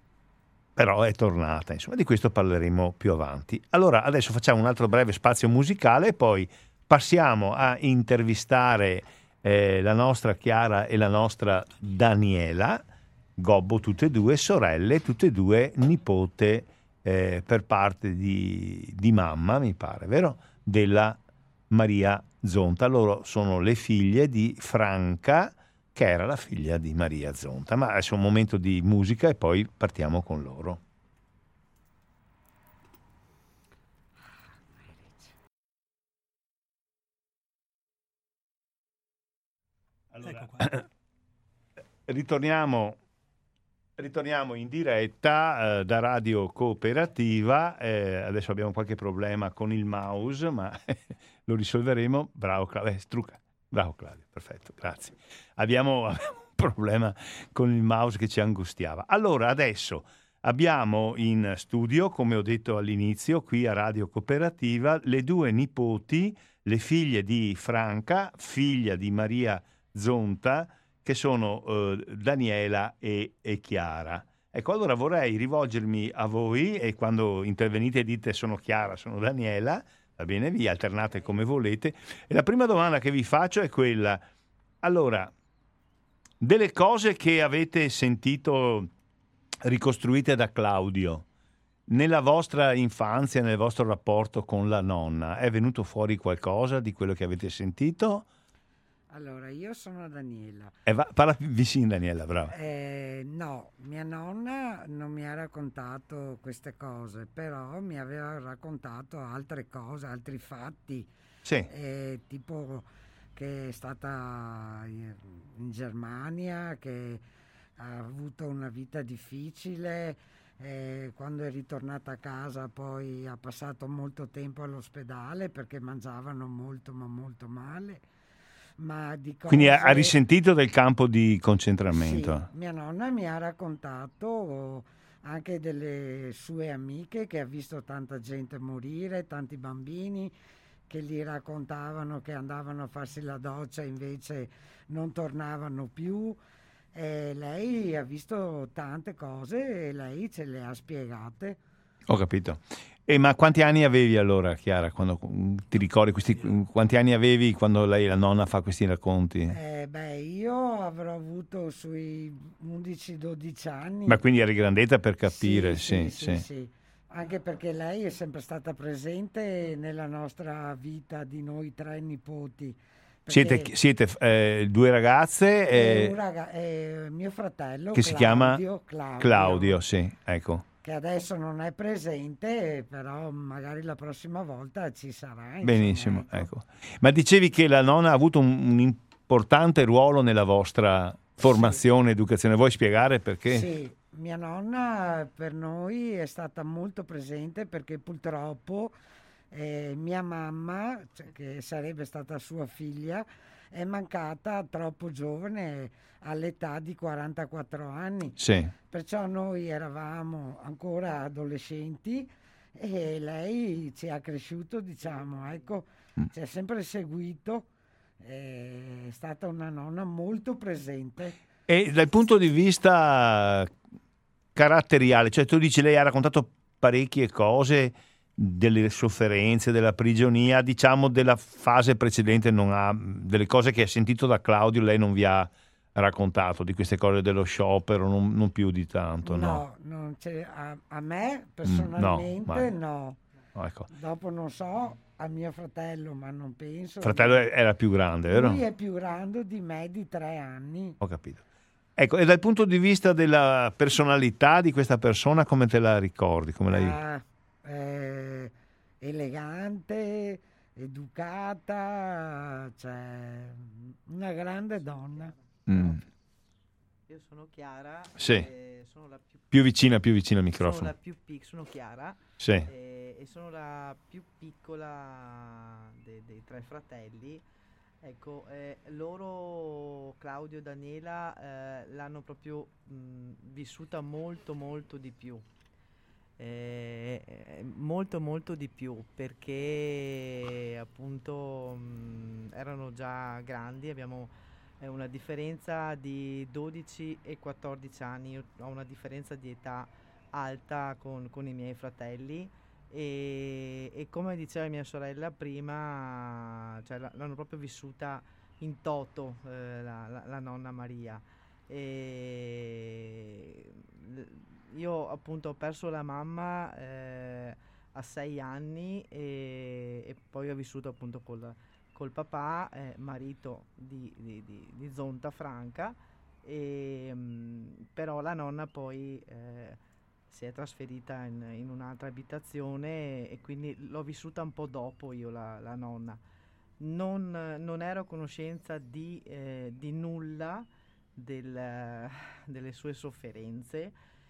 però è tornata, insomma di questo parleremo più avanti. Allora adesso facciamo un altro breve spazio musicale e poi passiamo a intervistare Eh, la nostra Chiara e la nostra Daniela Gobbo, tutte e due sorelle, tutte e due nipote eh, per parte di, di mamma, mi pare, vero? Della Maria Zonta. Loro sono le figlie di Franca che era la figlia di Maria Zonta. Ma adesso un momento di musica e poi partiamo con loro. Allora, Ecco qua. ritorniamo, ritorniamo in diretta eh, da Radio Cooperativa. Eh, adesso abbiamo qualche problema con il mouse, ma lo risolveremo. Bravo Claudio, eh, strucca. Bravo Claudio, perfetto, grazie. Abbiamo, abbiamo un problema con il mouse che ci angustiava. Allora, adesso abbiamo in studio, come ho detto all'inizio, qui a Radio Cooperativa, le due nipoti, le figlie di Franca, figlia di Maria Zonta, che sono eh, Daniela e, e Chiara. Ecco, allora vorrei rivolgermi a voi e quando intervenite dite sono Chiara, sono Daniela, va bene, vi alternate come volete. E la prima domanda che vi faccio è quella, allora, delle cose che avete sentito ricostruite da Claudio, nella vostra infanzia, nel vostro rapporto con la nonna, è venuto fuori qualcosa di quello che avete sentito? Allora, io sono Daniela. Eh, va, parla vicino Daniela, brava. Eh, no, mia nonna non mi ha raccontato queste cose, però mi aveva raccontato altre cose, altri fatti, Sì. eh, tipo che è stata in Germania, che ha avuto una vita difficile, eh, quando è ritornata a casa poi ha passato molto tempo all'ospedale perché mangiavano molto ma molto male. Ma di cose... Quindi ha, ha risentito del campo di concentramento. Sì, mia nonna mi ha raccontato anche delle sue amiche che ha visto tanta gente morire, tanti bambini che gli raccontavano che andavano a farsi la doccia e invece non tornavano più. E lei ha visto tante cose e lei ce le ha spiegate. Ho capito. E ma quanti anni avevi allora, Chiara, quando ti ricordi questi, quanti anni avevi quando lei, la nonna, fa questi racconti? Eh, beh, io avrò avuto sui undici dodici anni. Ma quindi eri grandetta per capire, Sì, sì, sì, sì. sì, sì. Anche perché lei è sempre stata presente nella nostra vita di noi tre nipoti. Siete, Perché siete eh, due ragazze è eh, un raga- è mio fratello che si chiama Claudio, Claudio, Claudio, sì, ecco. che adesso non è presente, però magari la prossima volta ci sarà. Insomma, Benissimo, ecco. ecco. Ma dicevi che la nonna ha avuto un, un importante ruolo nella vostra formazione, educazione. Vuoi spiegare perché? Sì, mia nonna per noi è stata molto presente perché purtroppo eh, mia mamma, cioè, che sarebbe stata sua figlia, è mancata troppo giovane all'età di quarantaquattro anni. Sì. Perciò noi eravamo ancora adolescenti e lei ci ha cresciuto, diciamo, ecco, Mm. ci ha sempre seguito, è stata una nonna molto presente. E dal punto di vista caratteriale, cioè tu dici lei ha raccontato parecchie cose delle sofferenze, della prigionia, diciamo della fase precedente, non ha, delle cose che ha sentito da Claudio, lei non vi ha raccontato di queste cose dello sciopero, non, non più di tanto, no? No, non c'è- a, a me personalmente mai. no. No, ecco. Dopo non so, a mio fratello, ma non penso. Fratello era più grande, vero? Lui è più grande di me di tre anni. Ho capito. Ecco, e dal punto di vista della personalità di questa persona, come te la ricordi? Come l'hai... Ah, eh, elegante, educata, cioè una grande donna. Mm. Io sono Chiara, Sì. e sono la più, Più vicina, più vicina al sono microfono. la più pic- sono Chiara Sì. e, e sono la più piccola de- dei tre fratelli. Ecco, eh, loro, Claudio e Daniela, eh, l'hanno proprio mh, vissuta molto molto di più. Eh, eh, molto molto di più perché appunto mh, erano già grandi, abbiamo eh, una differenza di dodici e quattordici anni, io ho una differenza di età alta con, con i miei fratelli e, e come diceva mia sorella prima, cioè, la- l'hanno proprio vissuta in toto eh, la, la- la nonna Maria. E l- io appunto ho perso la mamma eh, a sei anni e, e poi ho vissuto appunto con la, col papà, eh, marito di, di, di, di Zonta Franca, e, mh, però la nonna poi eh, si è trasferita in, in un'altra abitazione e quindi l'ho vissuta un po' dopo io la, la nonna. Non, non ero a conoscenza di, eh, di nulla del, delle sue sofferenze,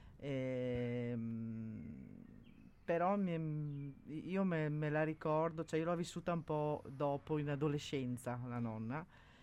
ehm, però mi, io me, me la ricordo, cioè io l'ho vissuta un po' dopo, in adolescenza, la nonna,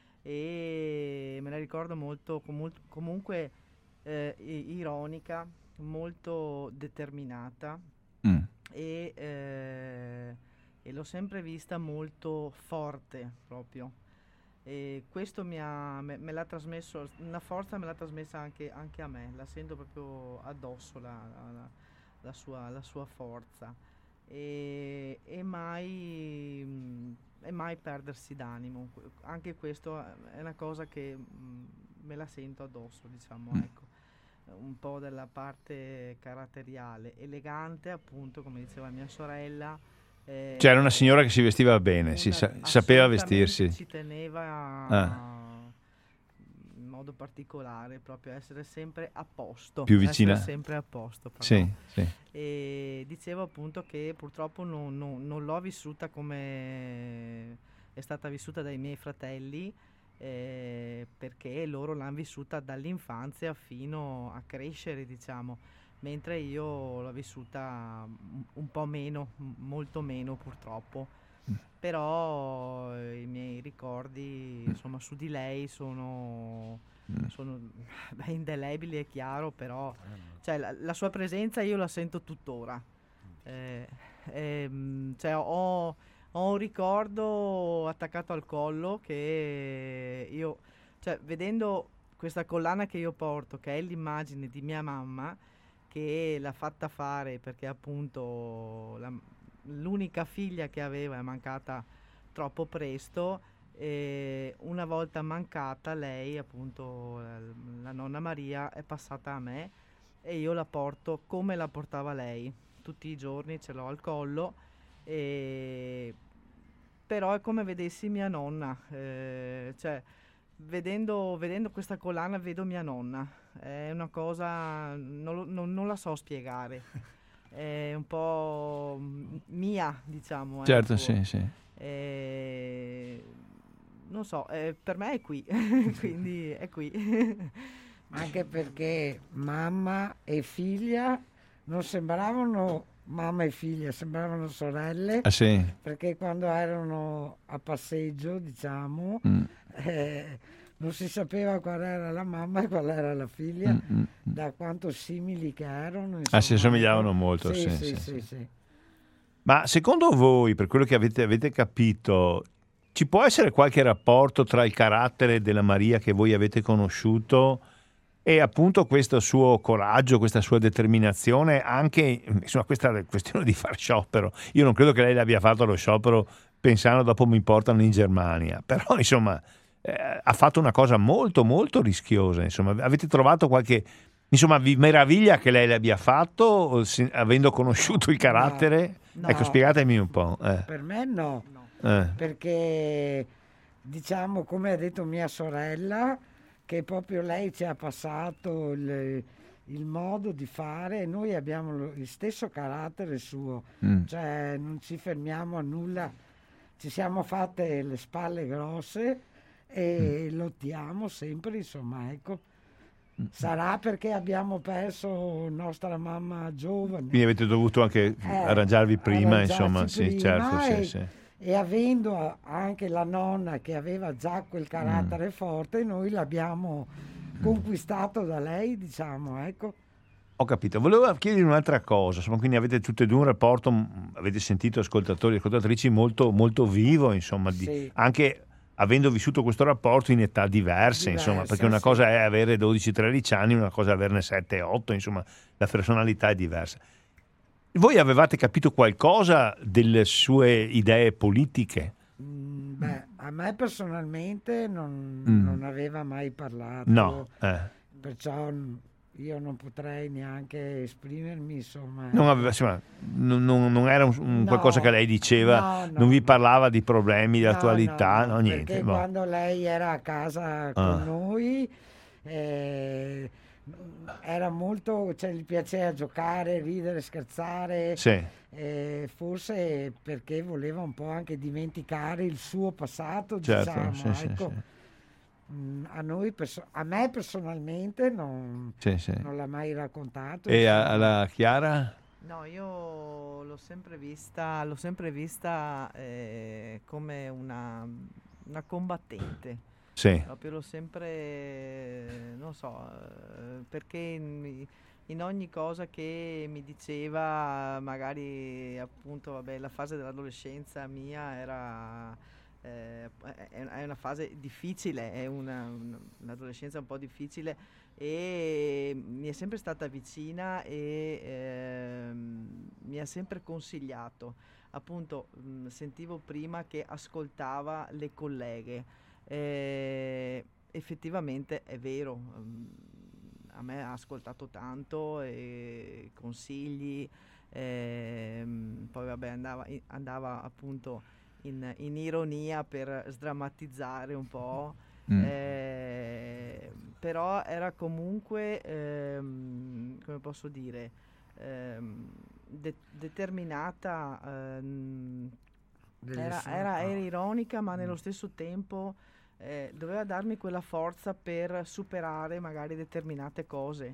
e me la ricordo molto, comu- comunque eh, ironica, molto determinata, Mm. e, eh, e l'ho sempre vista molto forte proprio. E questo mi ha, me, me l'ha trasmesso, una forza me l'ha trasmessa anche, anche a me, la sento proprio addosso la, la, la, sua, la sua forza, e, e mai, mh, e mai perdersi d'animo. Anche questo è una cosa che mh, me la sento addosso, diciamo, Mm. ecco, un po' della parte caratteriale, elegante, appunto, come diceva mia sorella. Eh, Cioè era una signora che si vestiva bene, una- si sa- sapeva assolutamente vestirsi. ci teneva Ah. in modo particolare proprio a essere sempre a posto, Più essere vicina. sempre a posto, pardon. Sì, sì. E dicevo appunto che purtroppo non, non- non l'ho vissuta come è stata vissuta dai miei fratelli, eh, perché loro l'hanno vissuta dall'infanzia fino a crescere, diciamo, mentre io l'ho vissuta un- un po' meno, m- molto meno purtroppo. Mm. Però eh, i miei ricordi, insomma, su di lei sono, Mm. sono beh, indelebili, è chiaro, però cioè, la, la sua presenza io la sento tuttora. Eh, ehm, cioè, ho, ho un ricordo attaccato al collo che io, cioè, vedendo questa collana che io porto, che è l'immagine di mia mamma, che l'ha fatta fare perché appunto la- l'unica figlia che aveva è mancata troppo presto, e una volta mancata lei, appunto la, la nonna Maria, è passata a me e io la porto come la portava lei tutti i giorni, ce l'ho al collo, e però è come vedessi mia nonna, eh, cioè vedendo, vedendo questa collana vedo mia nonna, è una cosa, non, lo- non- non la so spiegare, è un po' m- mia, diciamo, Certo, ecco. sì, sì. Eh, non so, eh, per me è qui, quindi è qui. Anche perché mamma e figlia non sembravano mamma e figlia, sembravano sorelle, Ah, sì. perché quando erano a passeggio, diciamo, Mm. eh, non si sapeva qual era la mamma e qual era la figlia, Mm, mm, mm. da quanto simili che erano. Ah, si insomma, assomigliavano ecco. molto, Sì, sì, sì, sì, sì, sì. sì. Ma secondo voi, per quello che avete, avete capito, ci può essere qualche rapporto tra il carattere della Maria che voi avete conosciuto e appunto questo suo coraggio, questa sua determinazione, anche insomma questa questione di far sciopero? Io non credo che lei l'abbia fatto lo sciopero pensando dopo mi portano in Germania, però insomma eh, ha fatto una cosa molto molto rischiosa, insomma. Avete trovato qualche, insomma, vi meraviglia che lei l'abbia fatto, o se- avendo conosciuto il carattere? No. Ecco, No. spiegatemi un po'. eh. Per me no, No. Eh. perché diciamo, come ha detto mia sorella, che proprio lei ci ha passato il, il modo di fare, e noi abbiamo lo- il stesso carattere suo, Mm. cioè non ci fermiamo a nulla, ci siamo fatte le spalle grosse e lottiamo sempre, insomma, ecco. Sarà perché abbiamo perso nostra mamma giovane. Quindi avete dovuto anche Eh, arrangiarvi prima, arrangiarci insomma, sì, prima, certo, sì, e, sì. e avendo a- anche la nonna che aveva già quel carattere Mm. forte, noi l'abbiamo conquistato da lei, diciamo, ecco. Ho capito. Volevo chiedere un'altra cosa, insomma, quindi avete tutte e due un rapporto, mh, avete sentito ascoltatori e ascoltatrici molto, molto vivo, insomma, di- Sì. anche avendo vissuto questo rapporto in età diverse, Diverse, insomma, perché una sì. cosa è avere dodici tredici anni, una cosa è averne sette otto, insomma, la personalità è diversa. Voi avevate capito qualcosa delle sue idee politiche? Mm, beh, a me personalmente non, Mm. non aveva mai parlato, No. Eh. perciò mm, io non potrei neanche esprimermi, insomma. Non, aveva, insomma, non, non, non era un, un No, qualcosa che lei diceva, no, no, non vi no. parlava di problemi, di No, attualità, no, no, no, niente. perché boh. quando lei era a casa Ah. con noi eh, era molto, cioè gli piaceva giocare, ridere, scherzare, Sì, eh, forse perché voleva un po' anche dimenticare il suo passato, certo, diciamo, sì, sì, ecco. sì. Mm, A noi, perso- a me personalmente non, Sì, sì. non l'ha mai raccontato. E a- insomma. alla Chiara? No, io l'ho sempre vista, l'ho sempre vista eh, come una, una combattente. Sì, Proprio l'ho sempre, non so, eh, perché in, in ogni cosa che mi diceva, magari appunto, vabbè, la fase dell'adolescenza mia era, eh, è è una fase difficile, è una, un- un'adolescenza un po' difficile e mi è sempre stata vicina e ehm, mi ha sempre consigliato. Appunto, mh, sentivo prima che ascoltava le colleghe. Eh, effettivamente è vero, mm, a me ha ascoltato tanto e consigli, ehm, poi vabbè andava, in- andava appunto in, in ironia per sdrammatizzare un po', Mm. eh, però era comunque, ehm, come posso dire, ehm, de- determinata, ehm, Delle era, sue- era- era no. ironica, ma nello Mm. stesso tempo eh, doveva darmi quella forza per superare magari determinate cose.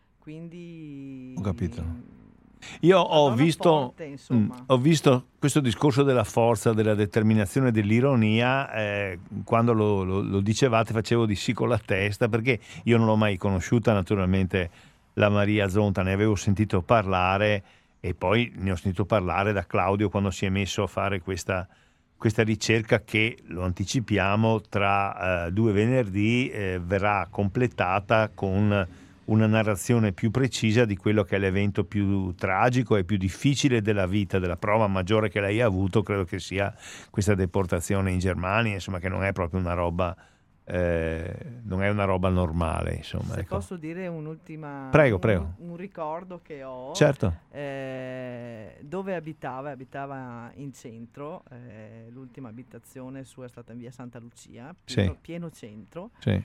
Quindi Ho capito. mm, Io una ho donna visto, forte, mm, insomma. ho visto questo discorso della forza, della determinazione, dell'ironia, eh, quando lo, lo- lo dicevate facevo di sì con la testa, perché io non l'ho mai conosciuta naturalmente la Maria Zonta, ne avevo sentito parlare e poi ne ho sentito parlare da Claudio quando si è messo a fare questa, questa ricerca che, lo anticipiamo, tra eh, due venerdì eh, verrà completata con una narrazione più precisa di quello che è l'evento più tragico e più difficile della vita, della prova maggiore che lei ha avuto, credo che sia questa deportazione in Germania, insomma, che non è proprio una roba, eh, non è una roba normale, insomma. Se Ecco. posso dire un'ultima, Prego, un, prego. un ricordo che ho, Certo. eh, dove abitava, abitava in centro, eh, l'ultima abitazione sua è stata in via Santa Lucia, pieno, Sì. pieno centro, Sì.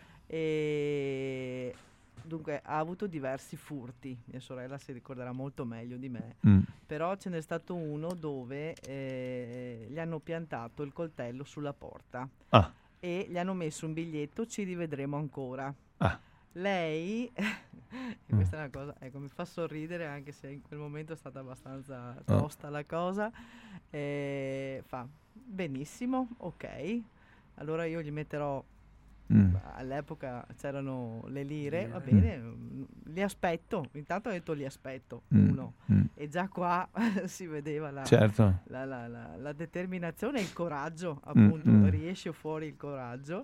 e dunque ha avuto diversi furti, mia sorella si ricorderà molto meglio di me, Mm. però ce n'è stato uno dove eh, gli hanno piantato il coltello sulla porta Ah, e gli hanno messo un biglietto, ci rivedremo ancora. ah. Lei, e questa è una cosa, ecco, mi fa sorridere anche se in quel momento è stata abbastanza tosta la cosa, eh, fa benissimo, ok, allora io gli metterò, Mm. all'epoca c'erano le lire, va Mm. bene, mm, li aspetto, intanto ha detto li aspetto, Mm. uno, Mm. e già qua si vedeva la, Certo. la, la- la- la determinazione e il coraggio, appunto, mm. riesce fuori il coraggio.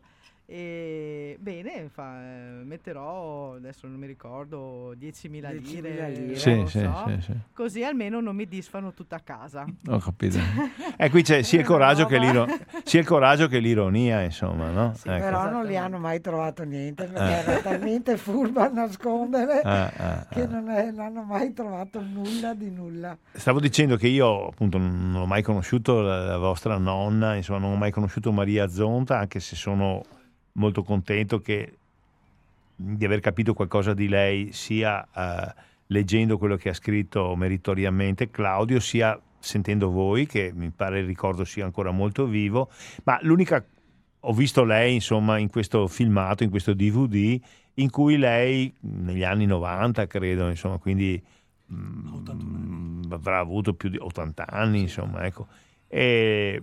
E bene, fa, eh, metterò, adesso non mi ricordo, diecimila diecimila lire, lire. Sì, non lo sì, so, sì, sì. così almeno non mi disfano tutta casa. Ho capito. E qui c'è sia il coraggio che, Roba- l'iro- sia il coraggio che l'ironia, insomma, no? Sì, Ecco. Però non li Esattamente. hanno mai trovato niente perché era talmente furba a nascondere Ah, ah, che ah. non, è- non hanno mai trovato nulla di nulla. Stavo dicendo che io appunto non ho mai conosciuto la, la vostra nonna, insomma non ho mai conosciuto Maria Zonta, anche se sono molto contento che, di aver capito qualcosa di lei sia eh, leggendo quello che ha scritto meritoriamente Claudio, sia sentendo voi, che mi pare il ricordo sia ancora molto vivo, ma l'unica, ho visto lei insomma in questo filmato, in questo D V D, in cui lei negli anni novanta credo, insomma, quindi mm, ottantuno avrà avuto più di ottanta anni, insomma, ecco. E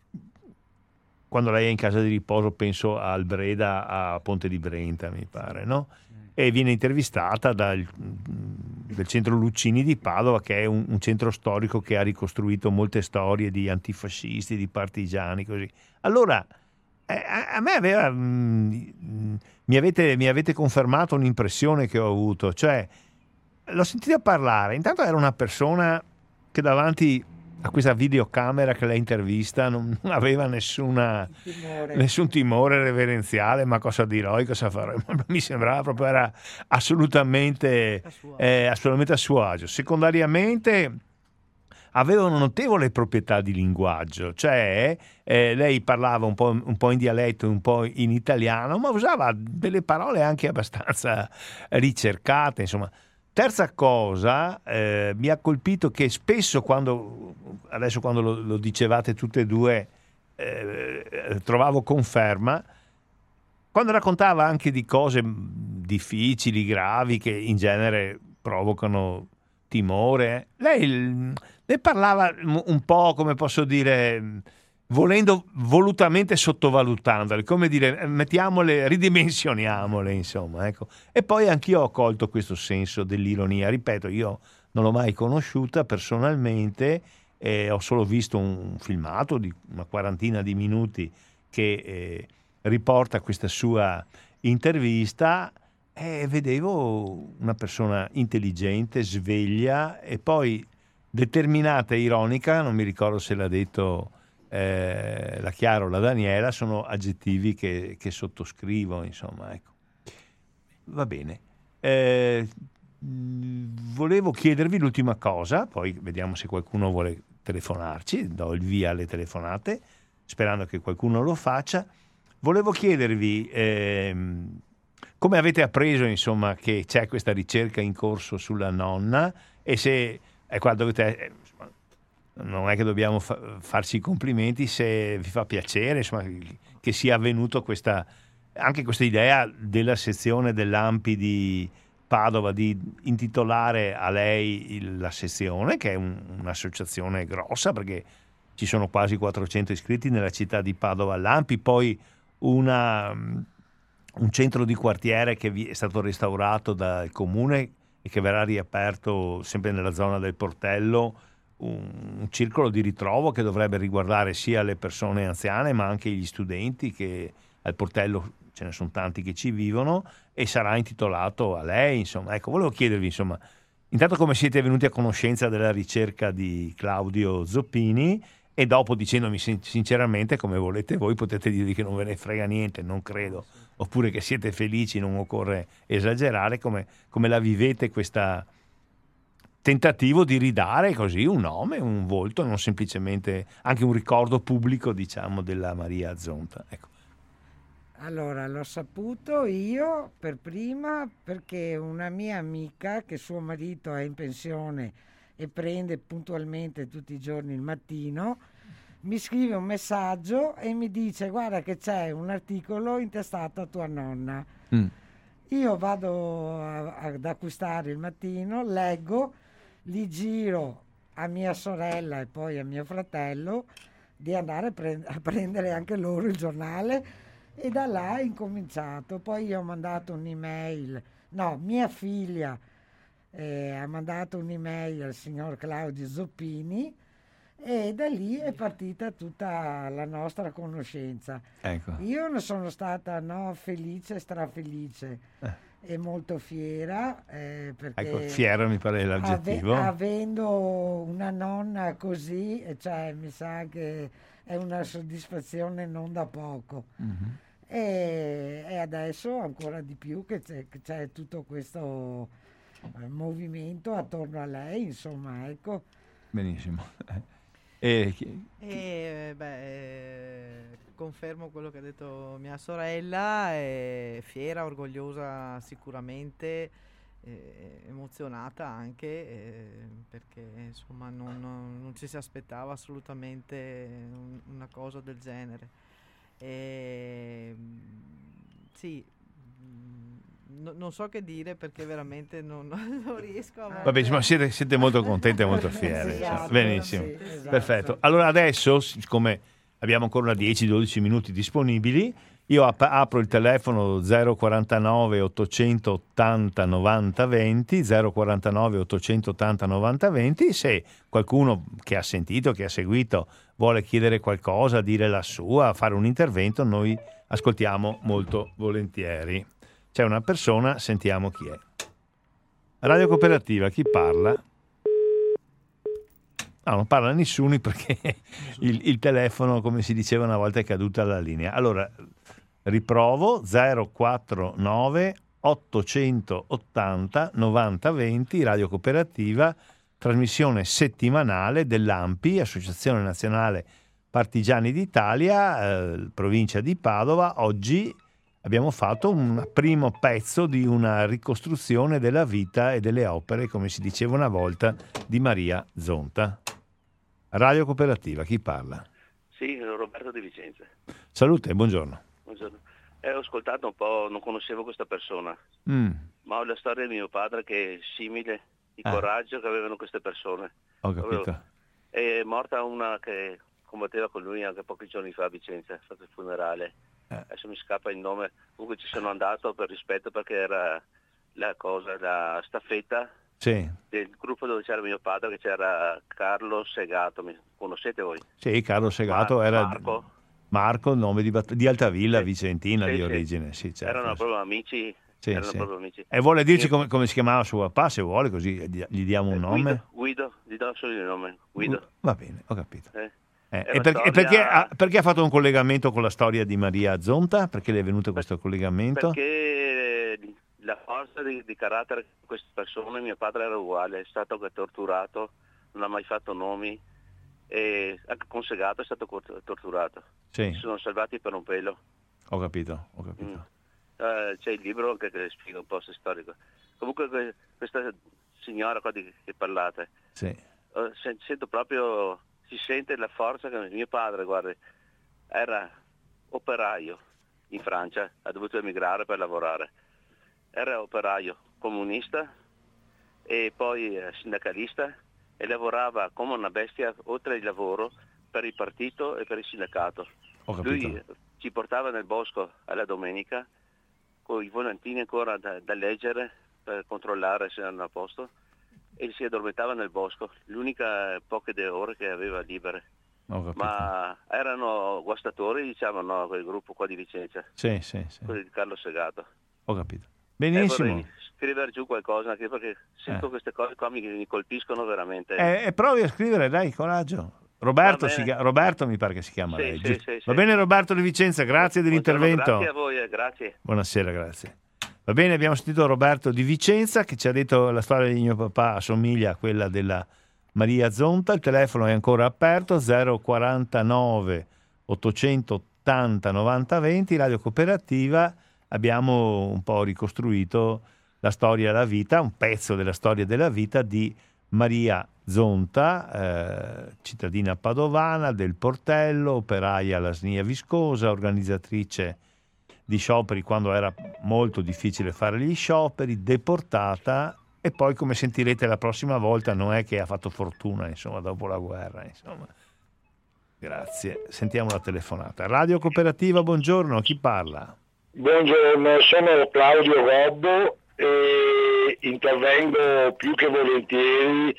quando lei è in casa di riposo, penso al Breda, a Ponte di Brenta, mi pare, no? E viene intervistata dal, del centro Luccini di Padova, che è un, un centro storico che ha ricostruito molte storie di antifascisti, di partigiani, così. Allora, eh, a, a me aveva, mm, mi, avete, mi avete confermato un'impressione che ho avuto, cioè l'ho sentita parlare, intanto era una persona che davanti a questa videocamera che la intervista non aveva nessuna, Timore. nessun timore reverenziale, ma cosa dirò, cosa farò? Mi sembrava proprio era assolutamente, A suo eh, assolutamente a suo agio. Secondariamente aveva una notevole proprietà di linguaggio, cioè eh, lei parlava un po', un po' in dialetto, un po' in italiano, ma usava delle parole anche abbastanza ricercate, insomma. Terza cosa, eh, mi ha colpito che spesso quando, adesso quando lo, lo dicevate tutte e due, eh, trovavo conferma, quando raccontava anche di cose difficili, gravi, che in genere provocano timore, lei ne parlava un po', come posso dire, volendo volutamente sottovalutandole, come dire, mettiamole, ridimensioniamole, insomma, ecco. E poi anch'io ho colto questo senso dell'ironia. Ripeto, io non l'ho mai conosciuta personalmente, eh, ho solo visto un filmato di una quarantina di minuti che eh, riporta questa sua intervista, e vedevo una persona intelligente, sveglia e poi determinata e ironica. Non mi ricordo se l'ha detto eh, la Chiara o la Daniela, sono aggettivi che, che sottoscrivo, insomma, ecco. Va bene. Eh, volevo chiedervi l'ultima cosa, poi vediamo se qualcuno vuole telefonarci, do il via alle telefonate, sperando che qualcuno lo faccia. Volevo chiedervi ehm, come avete appreso, insomma, che c'è questa ricerca in corso sulla nonna, e se è qua dovete, eh, insomma, non è che dobbiamo fa- farci i complimenti, se vi fa piacere, insomma, che sia avvenuto questa, anche questa idea della sezione dell'A M P I di Padova di intitolare a lei il, la sezione, che è un, un'associazione grossa, perché ci sono quasi quattrocento iscritti nella città di Padova all'A M P I, poi una, un centro di quartiere che è stato restaurato dal comune e che verrà riaperto sempre nella zona del Portello, un, un circolo di ritrovo che dovrebbe riguardare sia le persone anziane ma anche gli studenti, che al Portello ce ne sono tanti che ci vivono, e sarà intitolato a lei, insomma. Ecco, volevo chiedervi, insomma, intanto come siete venuti a conoscenza della ricerca di Claudio Zoppini, e dopo, dicendomi sinceramente, come volete voi, potete dirvi che non ve ne frega niente, non credo, oppure che siete felici, non occorre esagerare, come, come la vivete questa tentativo di ridare così un nome, un volto, non semplicemente anche un ricordo pubblico, diciamo, della Maria Zonta. Ecco. Allora, l'ho saputo io per prima, perché una mia amica, che suo marito è in pensione e prende puntualmente tutti i giorni il mattino, mi scrive un messaggio e mi dice: guarda che c'è un articolo intestato a tua nonna. Mm. Io vado a, ad acquistare il mattino, leggo, gli giro a mia sorella e poi a mio fratello di andare a, pre- a prendere anche loro il giornale, e da là è incominciato. Poi io ho mandato un'email, no, mia figlia eh, ha mandato un'email al signor Claudio Zoppini, e da lì è partita tutta la nostra conoscenza. Ecco. Io ne sono stata no, felice, strafelice eh. e molto fiera, eh, perché ecco, fiera mi pare l'aggettivo. Ave- avendo una nonna così, cioè, mi sa che è una soddisfazione non da poco. Mm-hmm. E, e adesso ancora di più che c'è, che c'è tutto questo eh, movimento attorno a lei, insomma, ecco. Benissimo. E, chi, e beh, confermo quello che ha detto mia sorella, è fiera, orgogliosa sicuramente, eh, emozionata anche, eh, perché insomma non, non, non ci si aspettava assolutamente un, una cosa del genere. E, sì, no, non so che dire, perché veramente non, non riesco a... Vabbè, ma siete, siete molto contenti e molto fieri. Esatto, benissimo, sì, esatto. Perfetto. Allora adesso, siccome abbiamo ancora dieci dodici minuti disponibili, io ap- apro il telefono zero quarantanove ottocentottanta novanta venti, zero quarantanove ottocentottanta novanta venti, se qualcuno che ha sentito, che ha seguito, vuole chiedere qualcosa, dire la sua, fare un intervento, noi ascoltiamo molto volentieri. C'è una persona, sentiamo chi è. Radio Cooperativa, chi parla? No, non parla nessuno perché il, il telefono, come si diceva una volta, è caduta la linea. Allora, riprovo zero quattro nove ottocentottanta novanta venti, Radio Cooperativa, trasmissione settimanale dell'A M P I, Associazione Nazionale Partigiani d'Italia, eh, provincia di Padova. Oggi abbiamo fatto un primo pezzo di una ricostruzione della vita e delle opere, come si diceva una volta, di Maria Zonta. Radio Cooperativa, chi parla? Sì, Roberto di Vicenza. Salute, buongiorno. Buongiorno. Eh, ho ascoltato un po', non conoscevo questa persona, Mm, ma ho la storia di mio padre che è simile, il Ah. coraggio che avevano queste persone. ho capito. È morta una che combatteva con lui anche pochi giorni fa a Vicenza, ha fatto il funerale. Eh. Adesso mi scappa il nome, comunque ci sono andato per rispetto perché era la cosa, la staffetta Sì, del gruppo dove c'era mio padre, che c'era Carlo Segato, mi conoscete voi? sì, Carlo Segato Mar- era Marco. Marco, il nome di, Bat- di Altavilla, Sì. Vicentina Sì, di sì. origine. Sì, certo. Erano proprio amici, Sì, erano sì. proprio amici. E vuole dirci Io- come, come si chiamava suo papà, se vuole, così gli gli diamo un Eh, nome? Guido, Guido, gli do solo il nome, Guido. Va bene, ho capito. Eh. Eh, È e una per- e storia- perché, ha, perché ha fatto un collegamento con la storia di Maria Zonta? Perché le è venuto questo collegamento? Perché la forza di, di carattere di queste persone, mio padre era uguale, è stato torturato, non ha mai fatto nomi, e anche con Segato è stato cort- torturato. Sì, Si sono salvati per un pelo. ho capito, ho capito. Mm. Eh, c'è il libro anche che spiega un po' se storico. Comunque que- questa signora qua di che parlate, Sì, eh, sen- sento proprio, si sente la forza che mio padre, guarda, era operaio in Francia, ha dovuto emigrare per lavorare, era operaio comunista e poi eh, sindacalista e lavorava come una bestia oltre il lavoro per il partito e per il sindacato. ho capito. Lui eh, ci portava nel bosco alla domenica con i volantini ancora da, da leggere per controllare se erano a posto e si addormentava nel bosco, l'unica poche de- ore che aveva libere. Ho capito. Ma erano guastatori, diciamo, no, quel gruppo qua di Vicenza, Sì, sì, sì, quelli di Carlo Segato. ho capito. E Benissimo. vorrei scrivere giù qualcosa anche perché sento Eh. queste cose qua mi, mi colpiscono veramente. E, e provi a scrivere, dai, coraggio. Roberto, Va si bene. chia- Roberto mi pare che si chiama Sì, lei, sì, giusto? sì, Va sì. bene Roberto di Vicenza, grazie Buongiorno, dell'intervento. Grazie a voi, eh, grazie. Buonasera, grazie. Va bene, abbiamo sentito Roberto di Vicenza che ci ha detto la storia di mio papà assomiglia a quella della Maria Zonta. Il telefono è ancora aperto, zero quarantanove ottocentottanta novanta venti, Radio Cooperativa. Abbiamo un po' ricostruito la storia della vita, un pezzo della storia della vita di Maria Zonta, eh, cittadina padovana del Portello, operaia alla Snia Viscosa, organizzatrice di scioperi quando era molto difficile fare gli scioperi, deportata e poi, come sentirete la prossima volta, non è che ha fatto fortuna, insomma, dopo la guerra, insomma. Grazie. Sentiamo la telefonata. Radio Cooperativa, buongiorno, chi parla? Buongiorno, sono Claudio Robbo e intervengo più che volentieri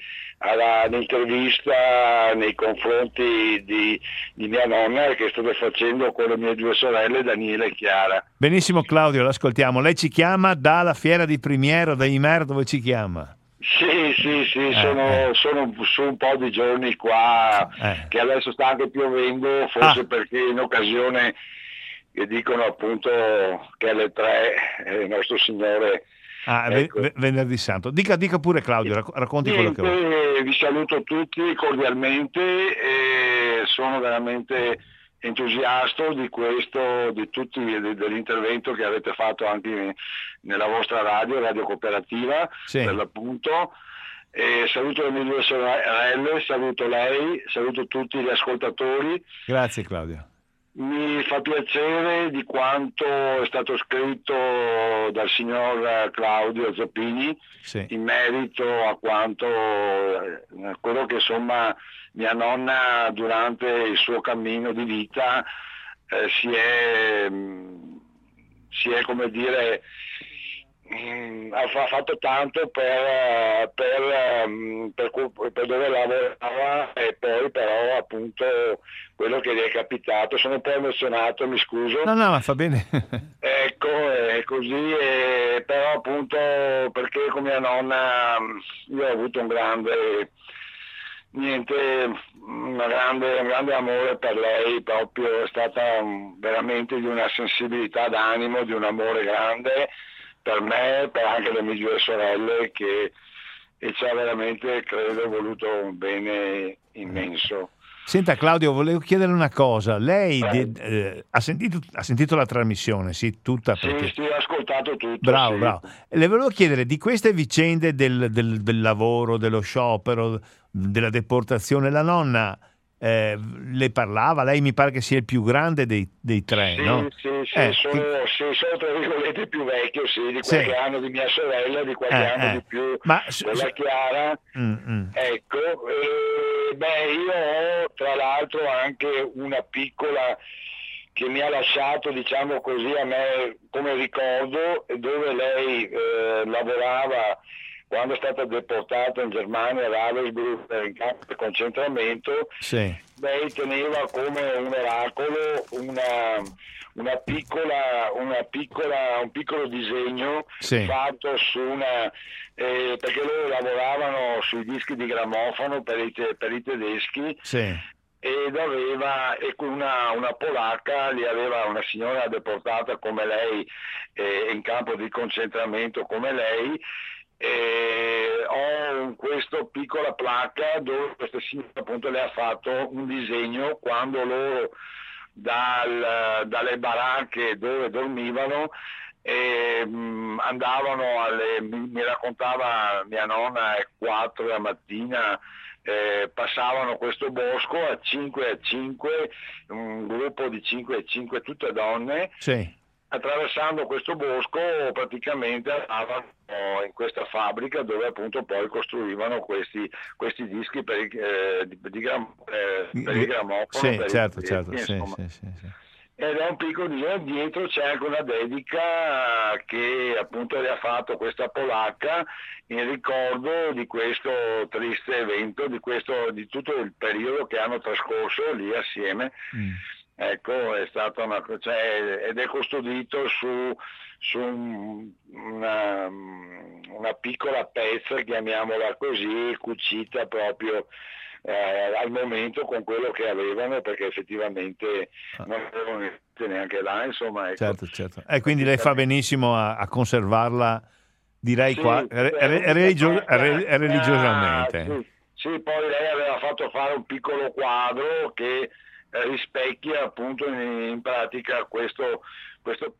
all'intervista nei confronti di, di mia nonna che state facendo con le mie due sorelle Daniela e Chiara. Benissimo Claudio, l'ascoltiamo. Lei ci chiama dalla fiera di Primiero, da Imer, dove ci chiama? Sì, sì, sì, Eh, sono, eh. sono su un po' di giorni qua, Eh. che adesso sta anche piovendo, forse Ah. perché in occasione che dicono appunto che alle tre eh, il nostro Signore... Ah, ve- Ecco. ve- venerdì santo. Dica, dica pure Claudio, racc- racconti quello che vuoi. Niente, vi saluto tutti cordialmente e sono veramente entusiasta di questo, di tutti, de- dell'intervento che avete fatto anche nella vostra radio, Radio Cooperativa, Sì. per l'appunto. E saluto le mie due sorelle, saluto lei, saluto tutti gli ascoltatori. Grazie Claudio. Mi fa piacere di quanto è stato scritto dal signor Claudio Zappini Sì. in merito a quanto eh, quello che insomma mia nonna durante il suo cammino di vita eh, si è mh, si è come dire mh, ha fa- fatto tanto per, per, mh, per, cu- per dove lavorava e poi però appunto quello che gli è capitato. Sono un po' emozionato, mi scuso. No, no, ma fa bene. Ecco, è così, e però appunto perché con mia nonna io ho avuto un grande, niente, una grande, un grande amore per lei, proprio è stata um, veramente di una sensibilità d'animo, di un amore grande per me, per anche le mie due sorelle, che e ci ha veramente, credo, voluto un bene immenso. Senta Claudio, volevo chiedere una cosa. Lei Eh. de- eh, ha, sentito, ha sentito la trasmissione, sì, tutta? Sì, Perché... sì, ho ascoltato tutto. Bravo, sì. bravo. Le volevo chiedere di queste vicende del, del- del lavoro, dello sciopero, della deportazione. La nonna eh, le parlava? Lei mi pare che sia il più grande dei, dei tre, Sì, no? sì, sì, Eh, sono, che- sì, sono tra virgolette più vecchio, sì, di Sì. qualche anno di mia sorella, di qualche Eh, anno eh. di più Ma s- della s- Chiara. Mm, mm. Ecco, e, beh, io ho tra l'altro anche una piccola che mi ha lasciato, diciamo così, a me come ricordo, dove lei eh, lavorava quando è stata deportata in Germania, a Ravensbrück, in campo di concentramento. Sì. Lei teneva come un oracolo una, una piccola, una piccola, un piccolo disegno Sì. fatto su una, eh, perché loro lavoravano sui dischi di grammofono per i, te- per i tedeschi, Sì. ed aveva e una, una polacca, li aveva una signora deportata come lei, eh, in campo di concentramento come lei. E ho un- questo piccola placca dove questa signora appunto le ha fatto un disegno quando loro dal- dalle baracche dove dormivano e, mh, andavano alle, mi, mi raccontava mia nonna alle quattro della mattina, eh, passavano questo bosco a cinque a cinque, un gruppo di cinque a cinque, tutte donne. Sì. Attraversando questo bosco praticamente andavano in questa fabbrica dove appunto poi costruivano questi, questi dischi per, i- eh, di, di gram- eh, per il grammofono, Sì, per i certo, tedeschi, certo. Sì, insomma. sì, sì, sì. Ed è un piccolo disegno, dietro c'è anche una dedica che appunto le ha fatto questa polacca in ricordo di questo triste evento, di, questo, di tutto il periodo che hanno trascorso lì assieme. Mm. Ecco, è stata una, cioè, ed è custodito su, su un- una, una piccola pezza, chiamiamola così, cucita proprio eh, al momento con quello che avevano, perché effettivamente non avevano neanche là, insomma. Ecco. Certo, certo. E quindi lei fa benissimo a, a conservarla, direi Sì, qua, re- è re- l'unica religio- cosa- re- ah, religiosamente. sì, sì, poi lei aveva fatto fare un piccolo quadro che eh, rispecchia appunto in, in pratica questo, questo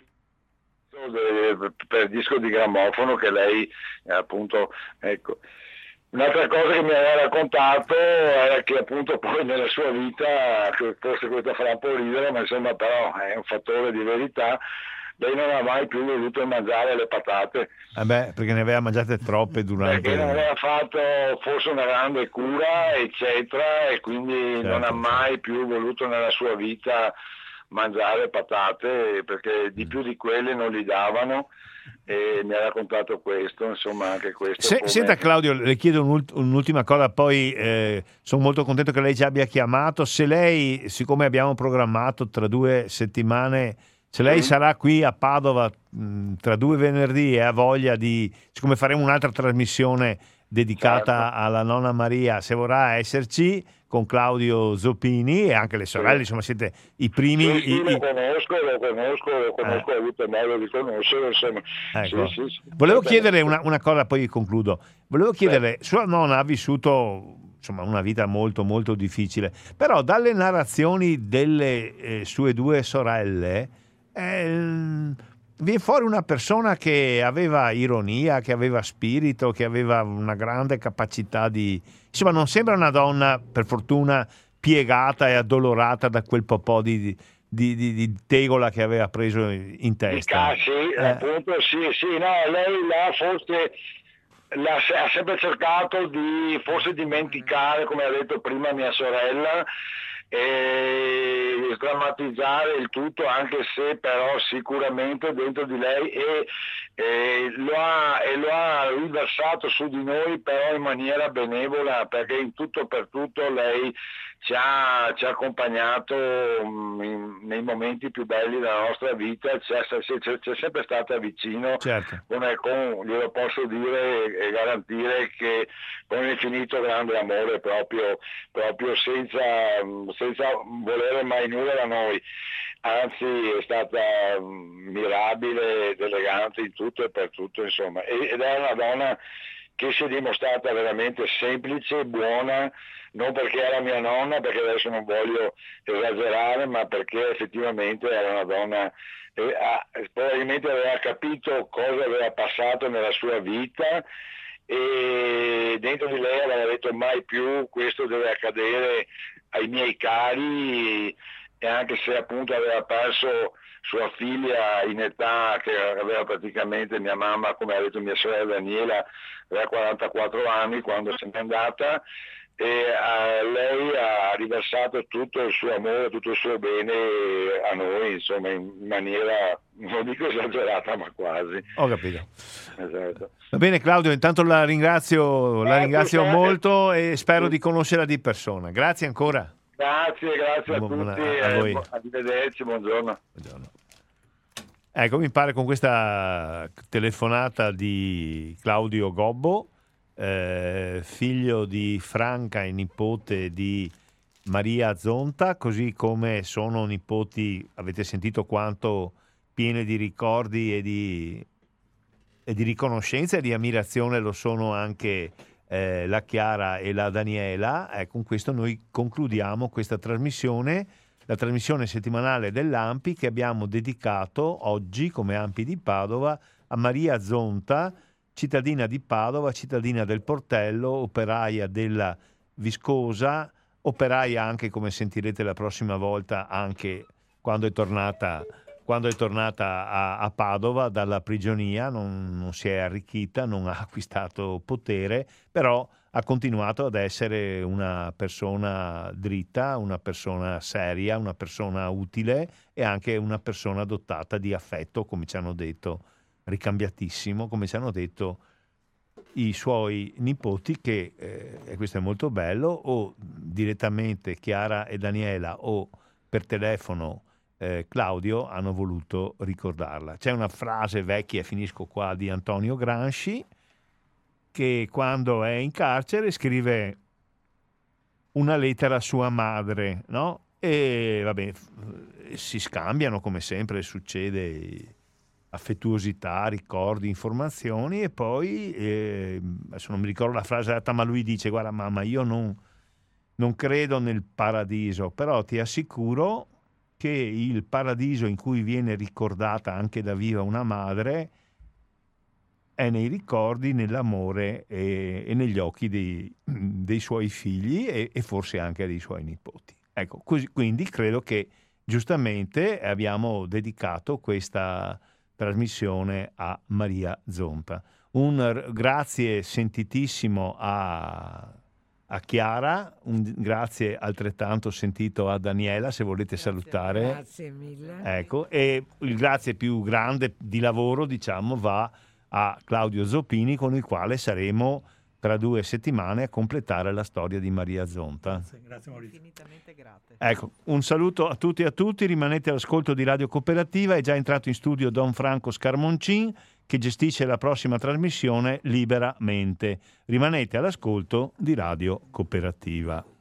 de- per disco di grammofono che lei eh, appunto, ecco. Un'altra cosa che mi aveva raccontato era che appunto poi nella sua vita, che forse questo farà un po' ridere, ma insomma però è un fattore di verità, lei non ha mai più voluto mangiare le patate. Eh beh, perché ne aveva mangiate troppe durante... Perché non aveva fatto forse una grande cura, eccetera, e quindi non ha Certo, mai più voluto nella sua vita mangiare patate, perché di più di quelle non gli davano, e mi ha raccontato questo, insomma anche questo. Se- come- Senta Claudio, le chiedo un'ult- un'ultima cosa, poi eh, sono molto contento che lei ci abbia chiamato. Se lei, siccome abbiamo programmato tra due settimane, se lei Sì. sarà qui a Padova mh, tra due venerdì e ha voglia di, siccome faremo un'altra trasmissione dedicata Certo. alla nonna Maria, se vorrà esserci con Claudio Zoppini e anche le sorelle, Sì. insomma siete i primi... Sì, sì, i- lo i- conosco, lo conosco, lo conosco, ho avuto modo di conoscere, insomma. Ecco. Sì, sì, sì. Volevo Certamente. chiedere una, una cosa, poi concludo. Volevo chiedere, sua nonna ha vissuto insomma una vita molto molto difficile, però dalle narrazioni delle eh, sue due sorelle eh, viene fuori una persona che aveva ironia, che aveva spirito, che aveva una grande capacità di... Insomma, non sembra una donna, per fortuna, piegata e addolorata da quel po' di, di, di, di tegola che aveva preso in Di testa. Cassi, Eh. appunto, sì, sì, no, lei là forse l'ha se- ha sempre cercato di forse dimenticare, come ha detto prima mia sorella, e sdrammatizzare il tutto, anche se però sicuramente dentro di lei e, e lo ha, e lo ha riversato su di noi, però in maniera benevola, perché in tutto per tutto lei ci ha, ci ha accompagnato in, nei momenti più belli della nostra vita, ci è, ci è sempre stata vicino, certo. come con, glielo posso dire e garantire che con l'infinito grande amore, proprio, proprio senza, senza volere mai nulla da noi, anzi è stata mirabile ed elegante in tutto e per tutto, insomma, ed è una donna che si è dimostrata veramente semplice, buona, non perché era mia nonna, perché adesso non voglio esagerare, ma perché effettivamente era una donna, eh, ha, probabilmente aveva capito cosa aveva passato nella sua vita, e dentro di lei aveva detto mai più questo deve accadere ai miei cari, e anche se appunto aveva perso sua figlia in età che aveva praticamente, mia mamma, come ha detto mia sorella Daniela, aveva quarantaquattro anni quando se n'è andata, e a lei ha riversato tutto il suo amore, tutto il suo bene a noi, insomma, in maniera, non dico esagerata, ma quasi. Ho capito. Esatto. Va bene Claudio, intanto la ringrazio, la ringrazio molto e spero di conoscerla di persona. Grazie ancora. Grazie, grazie a Buona, tutti, a voi. Eh, arrivederci, buongiorno. Buongiorno. Ecco, mi pare con questa telefonata di Claudio Gobbo, eh, figlio di Franca e nipote di Maria Zonta, così come sono nipoti, avete sentito quanto piene di ricordi e di, e di riconoscenza e di ammirazione lo sono anche eh, la Chiara e la Daniela. E con questo noi concludiamo questa trasmissione, la trasmissione settimanale dell'A M P I che abbiamo dedicato oggi come A M P I di Padova a Maria Zonta, cittadina di Padova, cittadina del Portello, operaia della Viscosa, operaia anche, come sentirete la prossima volta, anche quando è tornata, quando è tornata a, a Padova dalla prigionia, non, non si è arricchita, non ha acquistato potere, però ha continuato ad essere una persona dritta, una persona seria, una persona utile e anche una persona dotata di affetto, come ci hanno detto, ricambiatissimo, come ci hanno detto i suoi nipoti che, eh, e questo è molto bello, o direttamente Chiara e Daniela o per telefono eh, Claudio hanno voluto ricordarla. C'è una frase vecchia, finisco qua, di Antonio Gramsci, che quando è in carcere scrive una lettera a sua madre, no? E vabbè, si scambiano come sempre succede, affettuosità, ricordi, informazioni, e poi eh, adesso non mi ricordo la frase esatta, ma lui dice: guarda mamma, io non, non credo nel paradiso, però ti assicuro che il paradiso in cui viene ricordata anche da viva una madre è nei ricordi, nell'amore e, e negli occhi dei, dei suoi figli e, e forse anche dei suoi nipoti. Ecco, così, quindi credo che giustamente abbiamo dedicato questa trasmissione a Maria Zonta. Un grazie sentitissimo a, a Chiara, un grazie altrettanto sentito a Daniela, se volete grazie, salutare. Grazie mille. Ecco, e il grazie più grande di lavoro, diciamo, va a Claudio Zoppini, con il quale saremo tra due settimane a completare la storia di Maria Zonta. Grazie, grazie Maurizio. Infinitamente grazie. Ecco, un saluto a tutti e a tutti, rimanete all'ascolto di Radio Cooperativa. È già entrato in studio Don Franco Scarmoncin, che gestisce la prossima trasmissione liberamente. Rimanete all'ascolto di Radio Cooperativa.